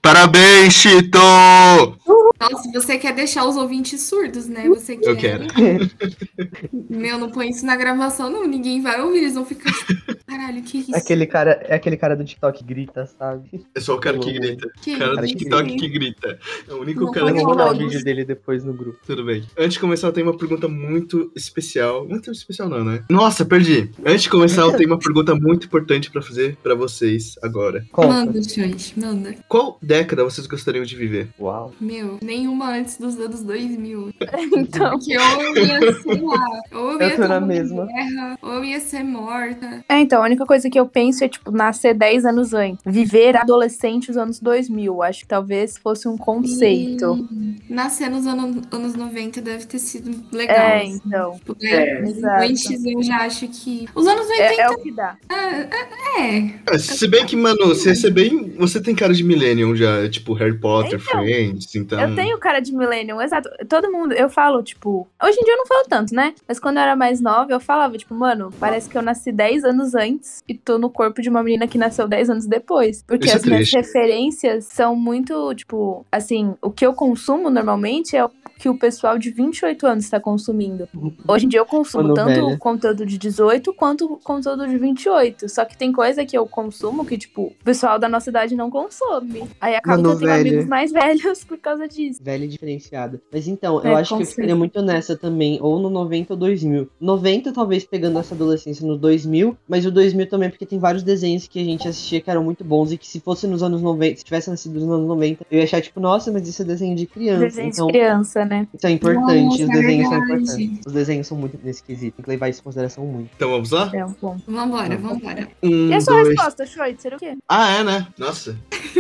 Parabéns, Chito! Nossa, você quer deixar os ouvintes surdos, né? Você quer... Eu quero. Meu, não põe isso na gravação, não. Ninguém vai ouvir, eles vão ficar tipo, caralho, que isso? É aquele cara do TikTok que grita, sabe? É só o cara que grita. Que O cara do isso? TikTok que grita. É o único Não cara Eu pode vou que mandar falar o isso. vídeo dele depois no grupo. Tudo bem. Antes de começar, eu tenho uma pergunta muito especial. Muito especial não, né? Nossa, perdi. Antes de começar, eu tenho uma pergunta muito importante pra fazer pra vocês agora. Conta. Manda, gente, manda. Qual década vocês gostariam de viver? Uau. Meu, nenhuma antes dos anos 2000. Então. Porque ou eu ia, sei lá, ou eu ia Eu tô na estar mesma. guerra, ou eu ia ser morta. Então, a única coisa que eu penso é, tipo, nascer 10 anos antes. Viver adolescente os anos 2000. Acho que talvez fosse um conceito. Nascer nos anos 90 deve ter sido legal. É, assim. então. Tipo, exato. antes eu já acho que... Os anos 80 É o que dá. Se bem que, mano, você tem cara de Millennium já, tipo Harry Potter, Então, Friends, então... Eu tenho cara de millennium, exato. Todo mundo, eu falo, tipo... Hoje em dia eu não falo tanto, né? Mas quando eu era mais nova, eu falava, tipo, mano, parece que eu nasci 10 anos antes e tô no corpo de uma menina que nasceu 10 anos depois. Porque Isso é as minhas triste. referências são muito, tipo... Assim, o que eu consumo normalmente é o que o pessoal de 28 anos tá consumindo. Hoje em dia eu consumo Mano, tanto velha. o conteúdo de 18 quanto o conteúdo de 28. Só que tem coisa que eu consumo que, tipo, o pessoal da nossa idade não consome. Aí acaba Mano, que eu tenho velha. amigos mais velhos por causa disso. Velha e diferenciada. Mas então, eu É, acho que eu com ficaria certeza. muito nessa também, ou no 90 ou 2000. 90 talvez pegando essa adolescência no 2000, mas o 2000 também porque tem vários desenhos que a gente assistia que eram muito bons e que se fosse nos anos 90, se tivesse nascido nos anos 90, eu ia achar tipo, nossa, mas isso é desenho de criança. Desenho Então, de criança, né? isso é importante, Nossa, os é desenhos são verdade. importantes. Os desenhos são muito nesse quesito, tem que levar isso em consideração muito. Então vamos lá? É um ponto. Vambora. E a sua resposta, Schweitzer, o quê? Ah, é, né? Nossa.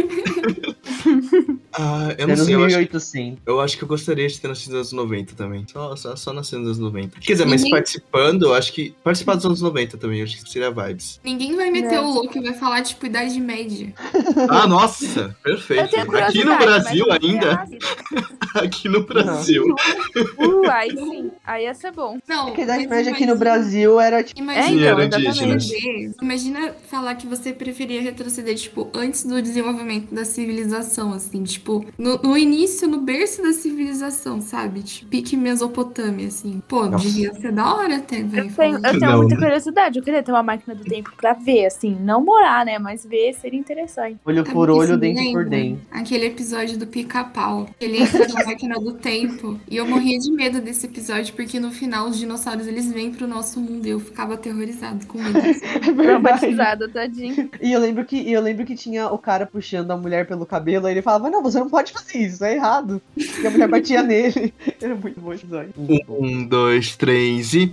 Eu não Anos sei, 1800. eu acho que eu gostaria de ter nascido nos anos 90 também. Só nascendo nos anos 90. Quer dizer, mas Ninguém- participando, eu acho que... Participar dos anos 90 também, eu acho que seria vibes. Ninguém vai meter É. o louco e vai falar, tipo, idade média. Ah, nossa! Perfeito. Eu tenho Aqui no curiosidade, Brasil mas eu não ainda. tenho Aqui no Brasil. aí sim. Aí ia ser bom. Não, Porque a idade mas média aqui no imagina- Brasil era tipo. Imagina, Sim, era exatamente. indígenas. Imagina falar que você preferia retroceder, tipo, antes do desenvolvimento da civilização, assim, tipo, no início, no berço da civilização, sabe? Tipo, pique Mesopotâmia, assim. Pô, Nossa. devia ser da hora até, velho. Eu tenho Não, muita né? curiosidade. Eu queria ter uma máquina do tempo pra ver, assim. Não morar, né? Mas ver seria interessante. Olho Sabe por o que olho, isso me dente por lembra? dente. Aquele episódio do Pica-Pau. Ele entra na máquina do tempo. E eu morria de medo desse episódio, porque no final os dinossauros eles vêm pro nosso mundo e eu ficava aterrorizado com eles. É verdade. Traumatizada, tadinho. E eu lembro que tinha o cara puxando a mulher pelo cabelo, aí ele falava, não, você não pode fazer isso, é errado. E a mulher batia nele. Era muito bom esse episódio. Muito bom. 1, 2, 3 e...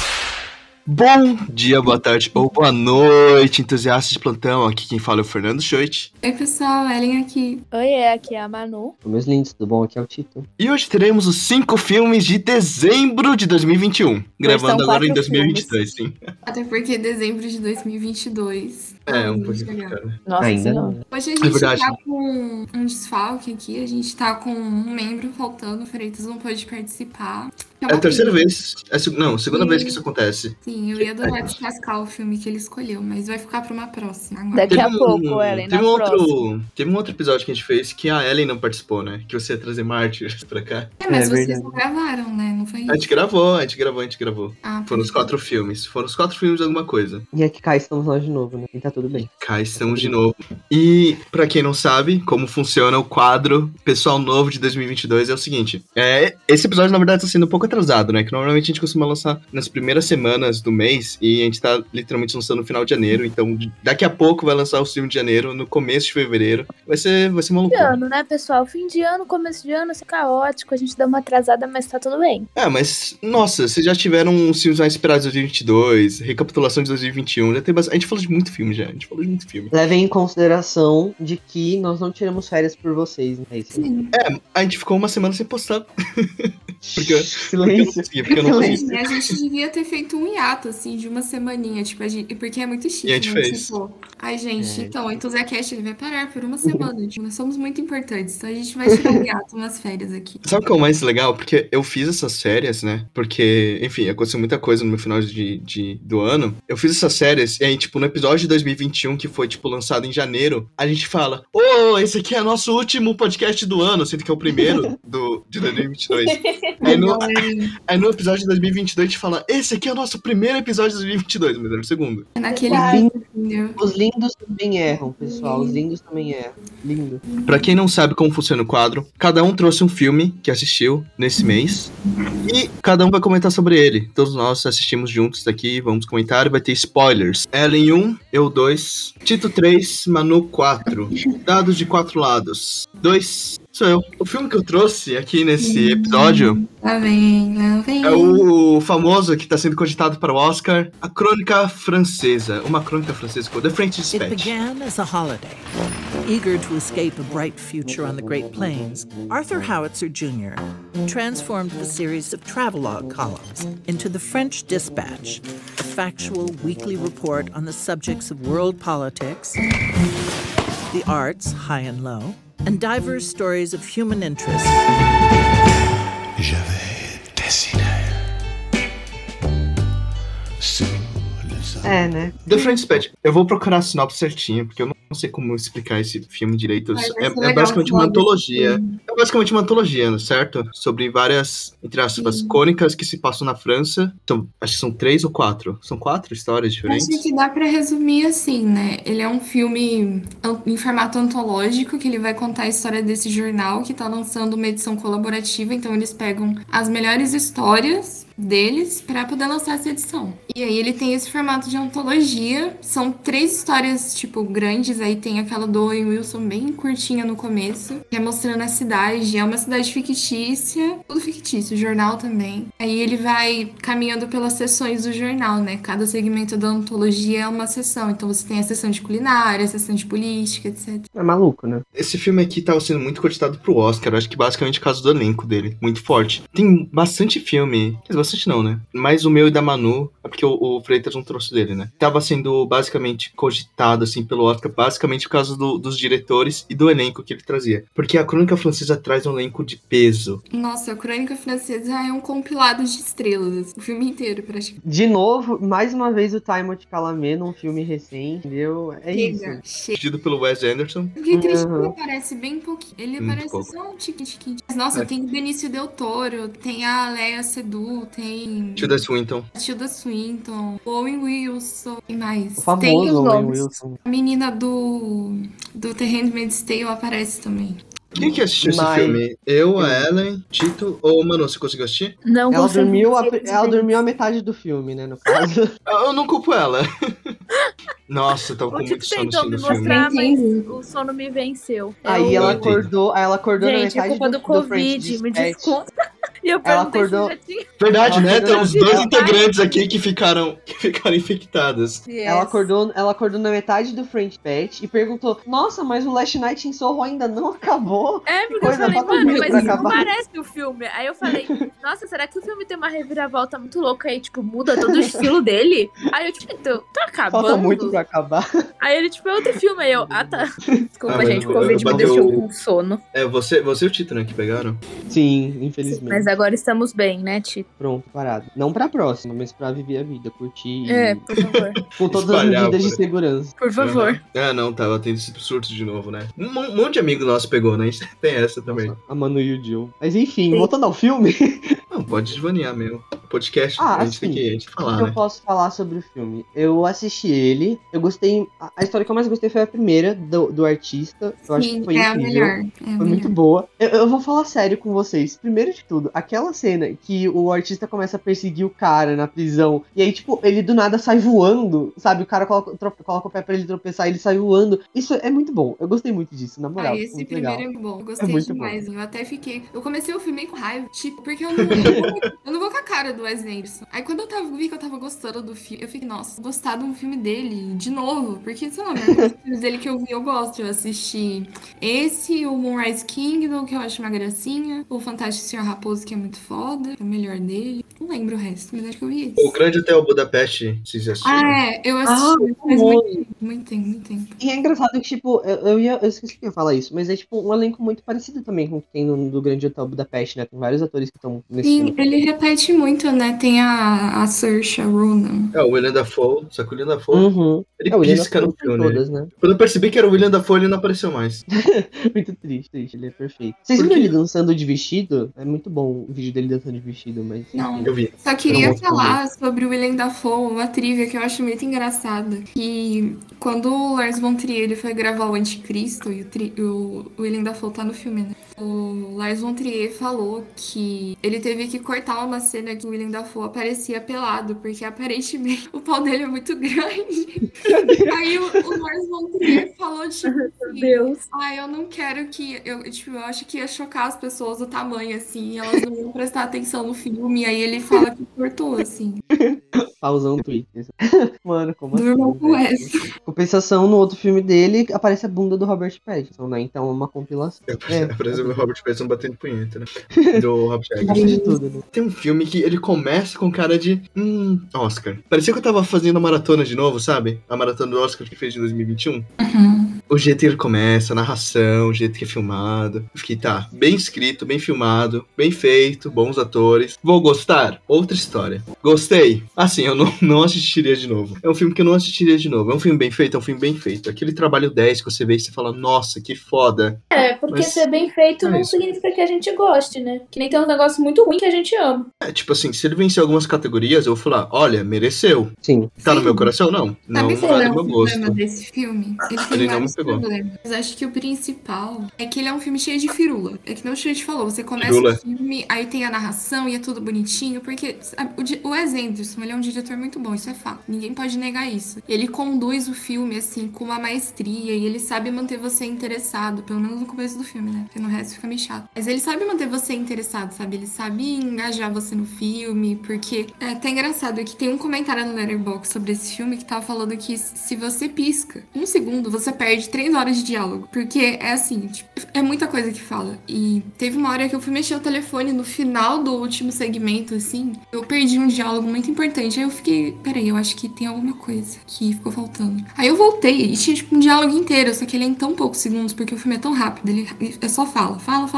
Bom dia, boa tarde ou boa noite, entusiastas de plantão. Aqui quem fala é o Fernando Schoit. Oi, pessoal, Ellen aqui. Oi, aqui é a Manu. Meus lindos, tudo bom? Aqui é o Tito. E hoje teremos os 5 filmes de dezembro de 2021. Gravando agora em 4 2022, sim. Até porque dezembro de 2022. É, um Vamos pouquinho chegar. complicado. Nossa Ainda senhora. não. Hoje a gente verdade. tá com um desfalque aqui, a gente tá com um membro faltando, o Freitas não pôde participar. É a terceira vez. Segunda vez que isso acontece. Sim, eu ia adorar descascar o filme que ele escolheu, mas vai ficar pra uma próxima agora. Daqui a pouco, Ellen, na próxima. Teve um outro episódio que a gente fez que a Ellen não participou, né? Que você ia trazer mártires pra cá. É, mas É vocês verdade. não gravaram, né? Não foi A gente gravou. Ah, Foram os 4 filmes. Foram os 4 filmes de alguma coisa. E aqui cá estamos nós de novo, né? E tá tudo bem. Cá estamos de novo. E, pra quem não sabe como funciona o quadro Pessoal Novo de 2022, é o seguinte. Esse episódio, na verdade, tá sendo um pouco atrasado, né? Que normalmente a gente costuma lançar nas primeiras semanas do mês e a gente tá literalmente lançando no final de janeiro. Então, daqui a pouco vai lançar o filme de janeiro, no começo de fevereiro. Vai ser uma Fim de loucura. ano, né, pessoal? Fim de ano, começo de ano, isso é caótico. A gente dá uma atrasada, mas tá tudo bem. Mas, nossa, vocês já tiveram uns filmes mais esperados de 2022, recapitulação de 2021, já tem bastante. A gente falou de muito filme já, Levem em consideração de que nós não tiramos férias por vocês, né? Isso. Sim. A gente ficou uma semana sem postar. Porque Silêncio. Porque eu não consegui. E a gente devia ter feito um hiato, assim, de uma semaninha, tipo, porque é muito chique, E a gente né? fez. Tipo, ai, gente, É. então, o Enthusiast ele vai parar por uma semana, tipo, nós somos muito importantes, então a gente vai tirar um hiato umas férias aqui. Sabe o que é o mais legal? Porque eu fiz essas férias, né? Porque, enfim, aconteceu muita coisa no meu final do ano. Eu fiz essas férias, e aí, tipo, no episódio de 2021, que foi, tipo, lançado em janeiro, a gente fala, esse aqui é nosso último podcast do ano, sendo que é o primeiro de 2022. Aí no episódio de 2022 a gente fala, esse aqui é o nosso primeiro episódio de 2022, mas era o segundo. É naquele vídeo. Os lindos também erram, pessoal. Os lindos também erram. Lindo. Pra quem não sabe como funciona o quadro, cada um trouxe um filme que assistiu nesse mês e cada um vai comentar sobre ele. Todos nós assistimos juntos daqui, vamos comentar e vai ter spoilers. Ellen 1, eu 2, Tito 3, Manu 4. Dados de 4 lados. 2 sou eu. O filme que eu trouxe aqui nesse episódio Lá vem. é o famoso que tá sendo cogitado para o Oscar, A Crônica Francesa. Uma crônica francesa, The French It Dispatch. began as a holiday. Eager to escape a bright future on the Great Plains, Arthur Howitzer Jr. transformed the series of travelogue columns into the French Dispatch, a factual weekly report on the subjects of world politics, the arts, high and low, and diverse stories of human interest. J'avais dessiné sur les Né? The French Dispatch. Eu vou procurar a sinopse certinha, porque eu não sei como explicar esse filme direito. Vai ser É legal basicamente uma falar desse antologia. filme. É basicamente uma antologia, certo? Sobre várias, entre aspas, crônicas que se passam na França. Então, acho que são 3 ou 4. São 4 histórias diferentes? Acho que dá pra resumir assim, né? Ele é um filme em formato antológico, que ele vai contar a história desse jornal que tá lançando uma edição colaborativa. Então eles pegam as melhores histórias deles pra poder lançar essa edição. E aí ele tem esse formato de antologia. São 3 histórias, tipo, grandes. Aí tem aquela do Owen Wilson bem curtinha no começo, que é mostrando a cidade. É uma cidade fictícia, tudo fictício, o jornal também. Aí ele vai caminhando pelas seções do jornal, né? Cada segmento da antologia é uma seção. Então você tem a seção de culinária, a seção de política, etc. É maluco, né? Esse filme aqui tava sendo muito cogitado pro Oscar. Eu acho que basicamente por causa do elenco dele. Muito forte. Tem bastante filme. Quer dizer, bastante não, né? Mas o meu e da Manu, é porque o Freitas não trouxe dele, né? Tava sendo basicamente cogitado, assim, pelo Oscar, basicamente por causa dos diretores e do elenco que ele trazia. Porque a Crônica Francesa traz um elenco de peso. Nossa, a Crônica Francesa é um compilado de estrelas. O filme inteiro, praticamente. De novo, mais uma vez o Timothée Chalamet num filme recente, entendeu? É isso. Chega. Dirigido pelo Wes Anderson. Fiquei triste que Uhum. ele aparece bem pouquinho. Ele Muito aparece pouco. só um tiquinho. Mas, nossa, É. tem o Benício Del Toro, tem a Léa Seydoux, tem Tilda Swinton. a Tilda Swinton, o Owen Wilson, e mais. O Tem famoso os Owen nomes. Wilson. a menina do The Handmaid's Tale aparece também. Quem que assistiu esse Mas- filme? Eu, a Ellen, Tito ou Manu, você conseguiu assistir? Não Ela consigo dormiu, dizer ela isso. dormiu a metade do filme, né, no caso. Eu não culpo ela. Nossa, eu tava com O muito Tito sono tentou assistindo me o filme. mostrar, mas Entendi. o sono me venceu. Aí Eu- ela entendi. acordou na Gente, é metade culpa do French Covid, me Dispatch. desculpa. E eu Ela perguntei acordou- se já tinha. Verdade, Ela né? acordou Temos na- 2 ela- integrantes aqui que ficaram infectadas. Ela acordou na metade do French Patch e perguntou: Nossa, mas o Last Night in Soho ainda não acabou? É, porque coisa, eu falei, falta mano, muito mas pra isso não acabar. parece o filme. Aí eu falei, nossa, será que o filme tem uma reviravolta muito louca aí, tipo, muda todo o estilo dele? Aí eu, tipo, então, tá acabando. Falta muito pra acabar. Aí ele, tipo, é outro filme. Aí eu, tá. Desculpa, Ah, gente, o mas Covid me bateu- deixou com sono. É, você e o Tito, né, que pegaram? Sim, infelizmente. Mas agora estamos bem, né, Tito? Pronto, parado. Não pra próxima, mas pra viver a vida, curtir e- É, por favor. com todas as Espalhar medidas de por- segurança. Por favor. Ah, não, tava tendo esse surto de novo, né? Um monte de amigo nosso pegou, né? A gente tem essa também. A Manu e o Jill. Mas enfim, Sim. voltando ao filme, Não, pode desvanear mesmo. Podcast, Ah, a gente tem sim. que falar, eu né? posso falar sobre o filme. Eu assisti ele, eu gostei. A história que eu mais gostei foi a primeira, do artista. Eu acho que foi é a incrível. melhor. É a Foi melhor. muito boa. Eu vou falar sério com vocês. Primeiro de tudo, aquela cena que o artista começa a perseguir o cara na prisão. E aí, tipo, ele do nada sai voando. Sabe? O cara coloca o pé pra ele tropeçar e ele sai voando. Isso é muito bom. Eu gostei muito disso, na moral. Ah, esse muito primeiro legal. é bom. Eu gostei muito demais. Eu até fiquei. Eu comecei o filme com raiva, tipo, porque eu não vou com a cara do Wes Anderson. Aí quando vi que eu tava gostando do filme, eu fiquei, nossa, gostar de um filme dele de novo. Porque, sei lá, os filmes dele que eu vi, eu gosto. Eu assisti esse, o Moonrise Kingdom, que eu acho uma gracinha. O Fantástico Senhor Raposo, que é muito foda. É o melhor dele. Não lembro o resto, mas acho que eu vi O esse. Grande Hotel Budapeste, vocês já assistiram? Eu assisti, faz bom. muito tempo. E é engraçado que, tipo, eu esqueci que eu ia falar isso, mas é, tipo, um elenco muito parecido também com o que tem do Grande Hotel Budapeste, né? Tem vários atores que estão nesse Sim, filme. ele repete muito, né? Tem a Saoirse Ronan. É, o William Dafoe, só que o William Dafoe, Uhum. ele O William pisca no Dafoe tem filme. todas, né? Quando eu percebi que era o William Dafoe, ele não apareceu mais. Muito triste, ele é perfeito. Vocês Por viram quê? ele dançando de vestido? É muito bom o vídeo dele dançando de vestido, mas... Não. Eu vi. Só queria Eu não vou falar sobre o Willem Dafoe, uma trivia que eu acho muito engraçada. Que quando o Lars von Trier ele foi gravar o Anticristo, e o Willem Dafoe tá no filme, né? O Lars von Trier falou que ele teve que cortar uma cena que o Willem Dafoe aparecia pelado, porque aparentemente o pau dele é muito grande. Aí o Lars von Trier falou, tipo Meu assim, Deus. eu não quero que... Eu acho que ia chocar as pessoas do tamanho, assim, e elas não iam prestar atenção no filme, aí ele fala que cortou, assim. Pausão no Twitter. Mano, como Durmam assim, com velho? essa. Compensação, no outro filme dele, aparece a bunda do Robert Pattinson, né? Então é uma compilação. Por exemplo, o Robert Pattinson batendo punheta, né? Do Robert Gosto Eggers. de tudo, né? Tem um filme que ele começa com cara de... Oscar. Parecia que eu tava fazendo a maratona de novo, sabe? A maratona do Oscar que fez em 2021. O jeito que ele começa, a narração, o jeito que é filmado. Eu fiquei, tá, bem escrito, bem filmado, bem feito, bons atores. Vou gostar? Outra história. Gostei? Assim, eu não assistiria de novo. É um filme que eu não assistiria de novo. É um filme bem feito, é um filme bem feito. Aquele trabalho 10 que você vê e você fala, nossa, que foda. É, porque Mas ser bem feito é não isso. significa que a gente goste, né? Que nem tem um negócio muito ruim que a gente ama. É, tipo assim, se ele vencer algumas categorias, eu vou falar, olha, mereceu. Sim. Tá no Sim. meu coração? Não. Não Sabe qual é é do o meu problema gosto. desse filme? Ele tem Ele não me vários pegou. problemas. Mas acho que o principal é que ele é um filme cheio de firula. É que nem o Chute falou, você começa Firula. o filme, aí tem a narração e é tudo bonitinho, porque sabe, o Wes Anderson, ele é um diretor muito bom, isso é fato. Ninguém pode negar isso. Ele conduz o filme, assim, com uma maestria e ele sabe manter você interessado, pelo menos no começo do filme, né? Porque no resto fica meio chato. Mas ele sabe manter você interessado, sabe? Ele sabe engajar você no filme, porque é até engraçado que tem um comentário no Letterboxd sobre esse filme que tava falando que se você pisca um segundo, você perde 3 horas de diálogo. Porque é assim, tipo, é muita coisa que fala. E teve uma hora que eu fui mexer o telefone no final do último segmento, assim, eu perdi um diálogo muito importante. Aí eu fiquei, peraí, eu acho que tem alguma coisa que ficou faltando. Aí eu voltei e tinha, tipo, um diálogo inteiro, só que ele é em tão poucos segundos, porque o filme é tão rápido. Ele é só fala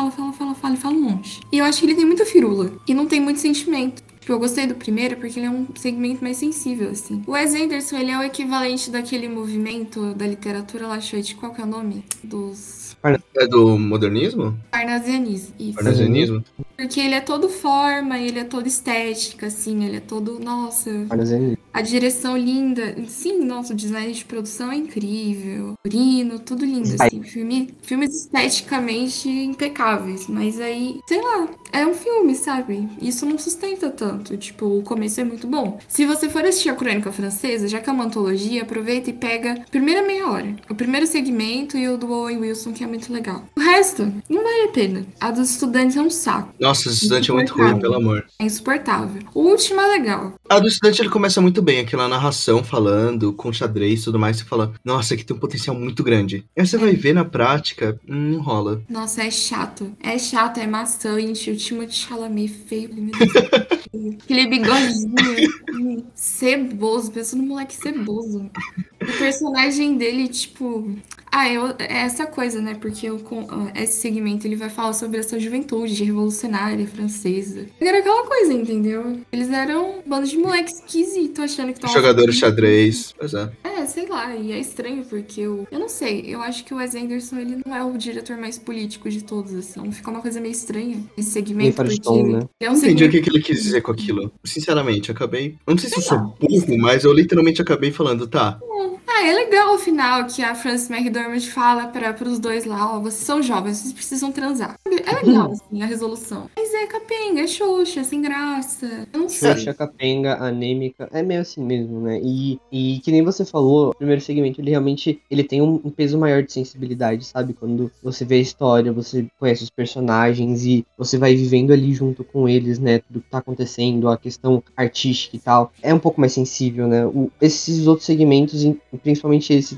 e fala um monte. E eu acho que ele tem muita firula. E não tem muito sentimento. Tipo, eu gostei do primeiro porque ele é um segmento mais sensível, assim. O Wes Anderson, ele é o equivalente daquele movimento da literatura lá, Choite, qual que é o nome? Dos É do modernismo? parnasianismo. Isso. Parnasianismo? Porque ele é todo forma, ele é todo estética, assim, ele é todo, nossa, a direção linda. Sim, nossa, o design de produção é incrível. Figurino, tudo lindo, assim. Filmes esteticamente impecáveis. Mas aí, sei lá, é um filme, sabe? Isso não sustenta tanto. Tipo, o começo é muito bom. Se você for assistir a Crônica Francesa, já que é uma antologia, aproveita e pega a primeira meia hora. O primeiro segmento e o do Owen Wilson, que é muito legal. O resto, não vale a pena. A dos estudantes é um saco. Nossa, o estudante é muito ruim, pelo amor. É insuportável. O último é legal. A do estudante ele começa muito bem, aquela narração falando, com xadrez e tudo mais, você fala, nossa, aqui tem um potencial muito grande. Aí você vai ver na prática, não rola. Nossa, é chato. É chato, é maçante. O Timothée Chalamet feio. Meu Deus. Aquele bigodinho assim, ceboso. Pensa no moleque ceboso. O personagem dele, tipo... é essa coisa, né? Porque esse segmento ele vai falar sobre essa juventude revolucionária francesa. Era aquela coisa, entendeu? Eles eram um bando de moleque esquisito, achando que estavam... Jogador de xadrez, pois é. Sei lá, e é estranho porque eu não sei, eu acho que o Wes Anderson, ele não é o diretor mais político de todos, assim. Fica uma coisa meio estranha esse segmento, porque né? é um Não entendi segmento... o que ele quis dizer com aquilo. Sinceramente, eu acabei... Eu não sei se eu sou burro, mas eu literalmente acabei falando, tá... É legal o final que a Frances McDormand fala para os dois lá, ó, vocês são jovens, vocês precisam transar. É legal, assim, a resolução. Mas Mas é capenga, é xoxa, sem graça. Eu não sei. Xoxa, capenga, anêmica, é meio assim mesmo, né? E que nem você falou, o primeiro segmento, ele realmente ele tem um peso maior de sensibilidade, sabe? Quando você vê a história, você conhece os personagens e você vai vivendo ali junto com eles, né? Tudo que tá acontecendo, a questão artística e tal, é um pouco mais sensível, né? Esses outros segmentos, principalmente esse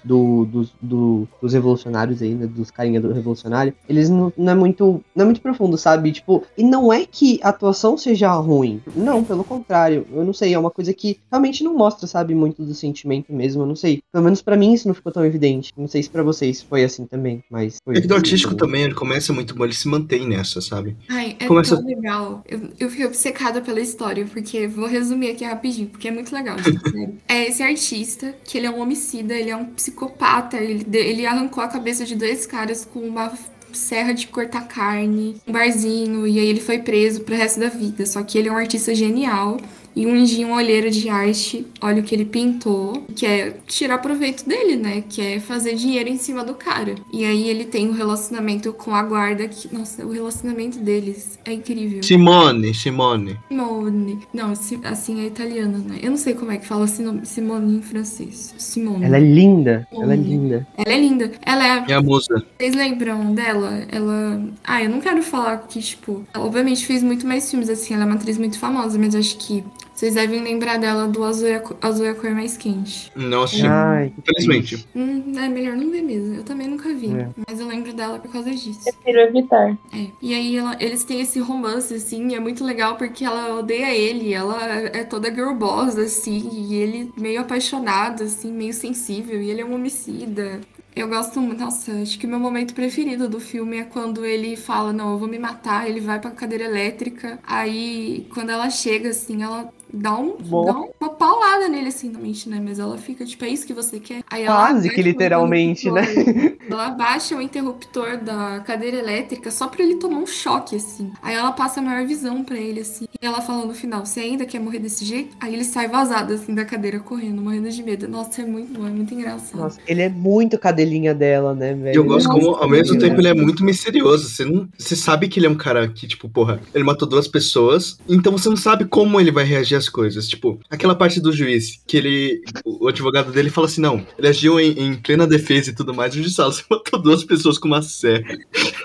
dos revolucionários aí, né? Dos carinha do revolucionário, eles não é muito profundo, sabe? Tipo, e não é que a atuação seja ruim. Não, pelo contrário. Eu não sei, é uma coisa que realmente não mostra, sabe, muito do sentimento mesmo. Eu não sei. Pelo menos pra mim isso não ficou tão evidente. Não sei se pra vocês foi assim também, mas foi. É que do assim artístico também. também, ele começa muito bom, ele se mantém nessa, sabe? Ai, é Começa... tão legal. Eu fiquei obcecada pela história, porque vou resumir aqui rapidinho, porque é muito legal, gente, sério. É esse artista, que ele é um homicida, ele é um psicopata, ele arrancou a cabeça de 2 caras com uma serra de cortar carne, um barzinho, e aí ele foi preso pro resto da vida. Só que ele é um artista genial. E um dia um olheiro de arte, olha o que ele pintou, que é tirar proveito dele, né? Que é fazer dinheiro em cima do cara. E aí ele tem um relacionamento com a guarda que, nossa, o relacionamento deles é incrível. Simone. Simone. Não, assim é italiano, né? Eu não sei como é que fala Simone em francês. Simone. Ela é linda. Simone. Ela é linda. Ela é linda. Ela é. É a musa. Vocês lembram dela? Ela. Ah, eu não quero falar que, tipo. Ela obviamente fez muito mais filmes, assim. Ela é uma atriz muito famosa, mas acho que vocês devem lembrar dela do Azul é a Cor Mais Quente. Não assisti. Ai, que Infelizmente. triste. É melhor não ver mesmo. Eu também nunca vi. É. Mas eu lembro dela por causa disso. Prefiro evitar. É. E aí eles têm esse romance, assim, e é muito legal porque ela odeia ele, ela é toda girl boss, assim, e ele meio apaixonado, assim, meio sensível, e ele é um homicida. Eu gosto muito, nossa, acho que o meu momento preferido do filme é quando ele fala, não, eu vou me matar, ele vai pra cadeira elétrica, aí quando ela chega, assim, ela dá uma paulada nele, assim, na mente, né, mas ela fica, tipo, é isso que você quer? Aí ela Quase que abaixa o literalmente, né? interruptor, ela abaixa o interruptor da cadeira elétrica só pra ele tomar um choque, assim. Aí ela passa a maior visão pra ele, assim, e ela fala no final, você ainda quer morrer desse jeito? Aí ele sai vazado, assim, da cadeira, correndo, morrendo de medo. Nossa, é muito bom, é muito engraçado. Nossa, ele é muito cadelinha dela, né, velho? E eu gosto como, ao mesmo Nossa, tempo, ele é muito misterioso. Você sabe que ele é um cara que, tipo, porra, ele matou 2 pessoas, então você não sabe como ele vai reagir às coisas. Tipo, aquela parte do juiz, que o advogado dele fala assim, não, ele agiu em plena defesa e tudo mais, o juiz fala, você matou 2 pessoas com uma serra.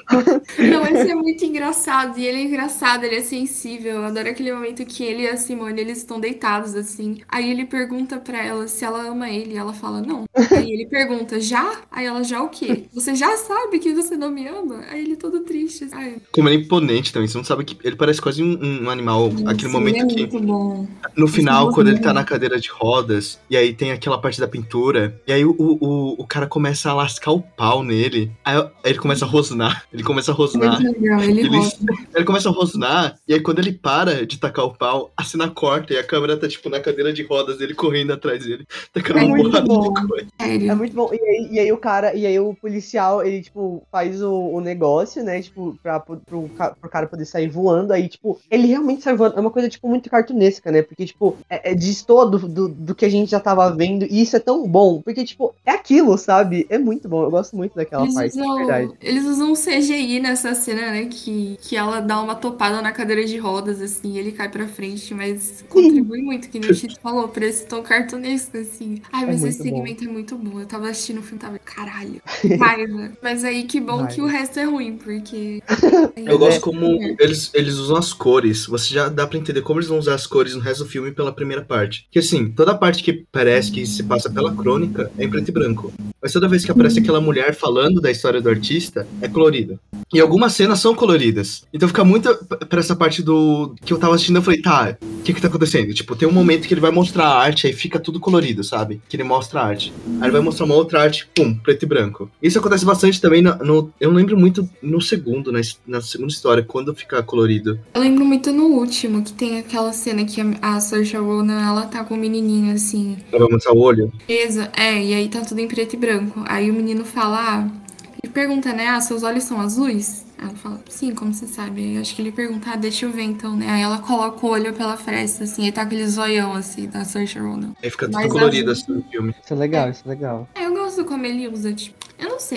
Não, esse é muito engraçado. E ele é engraçado, ele é sensível. Eu adoro aquele momento que ele e a Simone, eles estão deitados, assim. Aí ele pergunta pra ela se ela ama ele. E ela fala, não. Aí ele pergunta, já? Aí ela, já o quê? Você já sabe que você não me ama? Aí ele todo triste. Assim. Ai, Como ele é imponente também, você não sabe que ele parece quase um animal. Aquele sim, momento ele é que, muito bom. no final, Esse quando ele tá movimento. na cadeira de rodas, e aí tem aquela parte da pintura, e aí o cara começa a lascar o pau nele, aí ele começa a rosnar, Muito legal, ele roda. ele começa a rosnar, e aí quando ele para de tacar o pau, a cena corta, e a câmera tá, tipo, na cadeira de rodas, ele correndo atrás dele, tacando É uma muito porrada bom. de coisa. É Sério. muito bom. E aí o policial, ele, tipo, faz o negócio, né? Tipo, pro cara poder sair voando. Aí, tipo, ele realmente sai voando. É uma coisa, tipo, muito cartunesca, né? Porque, tipo, destoa do que a gente já tava vendo. E isso é tão bom. Porque, tipo, é aquilo, sabe? É muito bom. Eu gosto muito daquela parte, de verdade. Eles usam um CGI nessa cena, né? Que ela dá uma topada na cadeira de rodas, assim, e ele cai pra frente, mas contribui muito, que nem o Chito falou, pra esse tom cartunesco, assim. Ai, mas esse muito bom. segmento é muito bom. Eu tava assistindo o filme e tava, caralho, raiva. Mas aí que bom que o resto é ruim, porque. Eu gosto como eles usam as cores. Você já dá pra entender como eles vão usar as cores no resto do filme pela primeira parte. Que assim, toda a parte que parece que se passa pela crônica é em preto e branco. Mas toda vez que aparece aquela mulher falando da história do artista, é colorido. E algumas cenas são coloridas. Então fica muito pra essa parte do que eu tava assistindo, eu falei, tá, o que tá acontecendo? Tipo, tem um momento que ele vai mostrar a arte, aí fica tudo colorido, sabe? Que ele mostra a arte. Aí ele vai mostrar uma outra arte, pum, preto e branco. Isso acontece bastante também eu não lembro muito no segundo, na segunda história, quando fica colorido. Eu lembro muito no último, que tem aquela cena que a Saoirse Ronan, ela tá com o menininho, assim, Ela vai mostrar o olho. presa. E aí tá tudo em preto e branco. Aí o menino fala, ele pergunta, né, seus olhos são azuis? Ela fala, sim, como você sabe? Aí eu acho que ele pergunta, deixa eu ver então, né? Aí ela coloca o olho pela fresta, assim, e tá aquele zoião, assim, da Saoirse Ronan. Aí fica tudo Mais colorido azul. assim no filme. Isso é legal, isso é legal. Eu gosto como ele usa, tipo, eu não sei.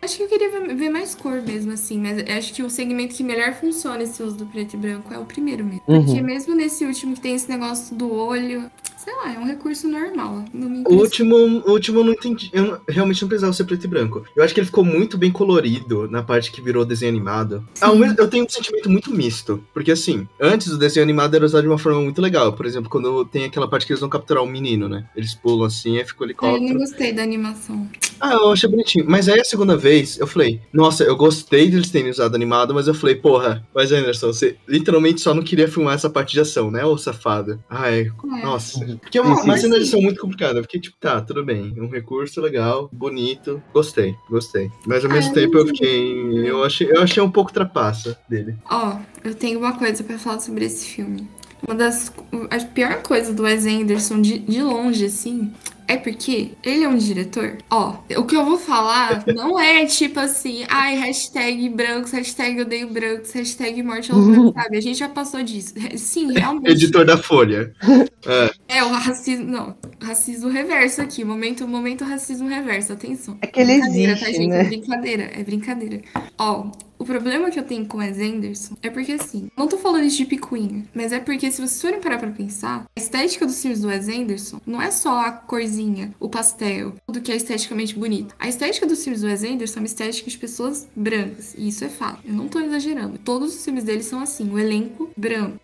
Acho que eu queria ver mais cor mesmo, assim, mas acho que o segmento que melhor funciona esse uso do preto e branco é o primeiro mesmo. Porque mesmo nesse último que tem esse negócio do olho, sei lá, é um recurso normal. Não me O impressiona. último eu não entendi. Realmente não precisava ser preto e branco. Eu acho que ele ficou muito bem colorido na parte que virou desenho animado. Eu tenho um sentimento muito misto. Porque assim, antes o desenho animado era usado de uma forma muito legal. Por exemplo, quando tem aquela parte que eles vão capturar o menino, né? Eles pulam assim, aí fica o Eu não helicóptero. gostei da animação. Eu achei bonitinho. Mas aí a segunda vez, eu falei, nossa, eu gostei deles terem usado animado, mas eu falei, porra, mas Anderson, você literalmente só não queria filmar essa parte de ação, né, ô safado? Ai, nossa. Porque é uma cena de ação muito complicada. Eu fiquei tipo, tá, tudo bem. Um recurso legal, bonito. Gostei. Mas ao mesmo tempo eu fiquei. Eu achei um pouco trapaça dele. Ó, eu tenho uma coisa pra falar sobre esse filme. A pior coisa do Wes Anderson, de longe, assim, é porque ele é um diretor. Ó, o que eu vou falar não é tipo assim, ai, hashtag brancos, hashtag odeio brancos, hashtag morte aos brancos, sabe? A gente já passou disso. Sim, realmente. Editor da Folha. O racismo. Não, racismo reverso aqui. Momento racismo reverso. Atenção. É que ele Brincadeira, existe, gente? né? É brincadeira. Ó, o problema que eu tenho com o Wes Anderson é porque, assim, não tô falando isso de picuinha, mas é porque se vocês forem parar pra pensar, a estética dos filmes do Wes Anderson não é só a corzinha, o pastel, tudo que é esteticamente bonito. A estética dos filmes do Wes Anderson é uma estética de pessoas brancas, e isso é fato. Eu não tô exagerando. Todos os filmes dele são assim, o elenco branco.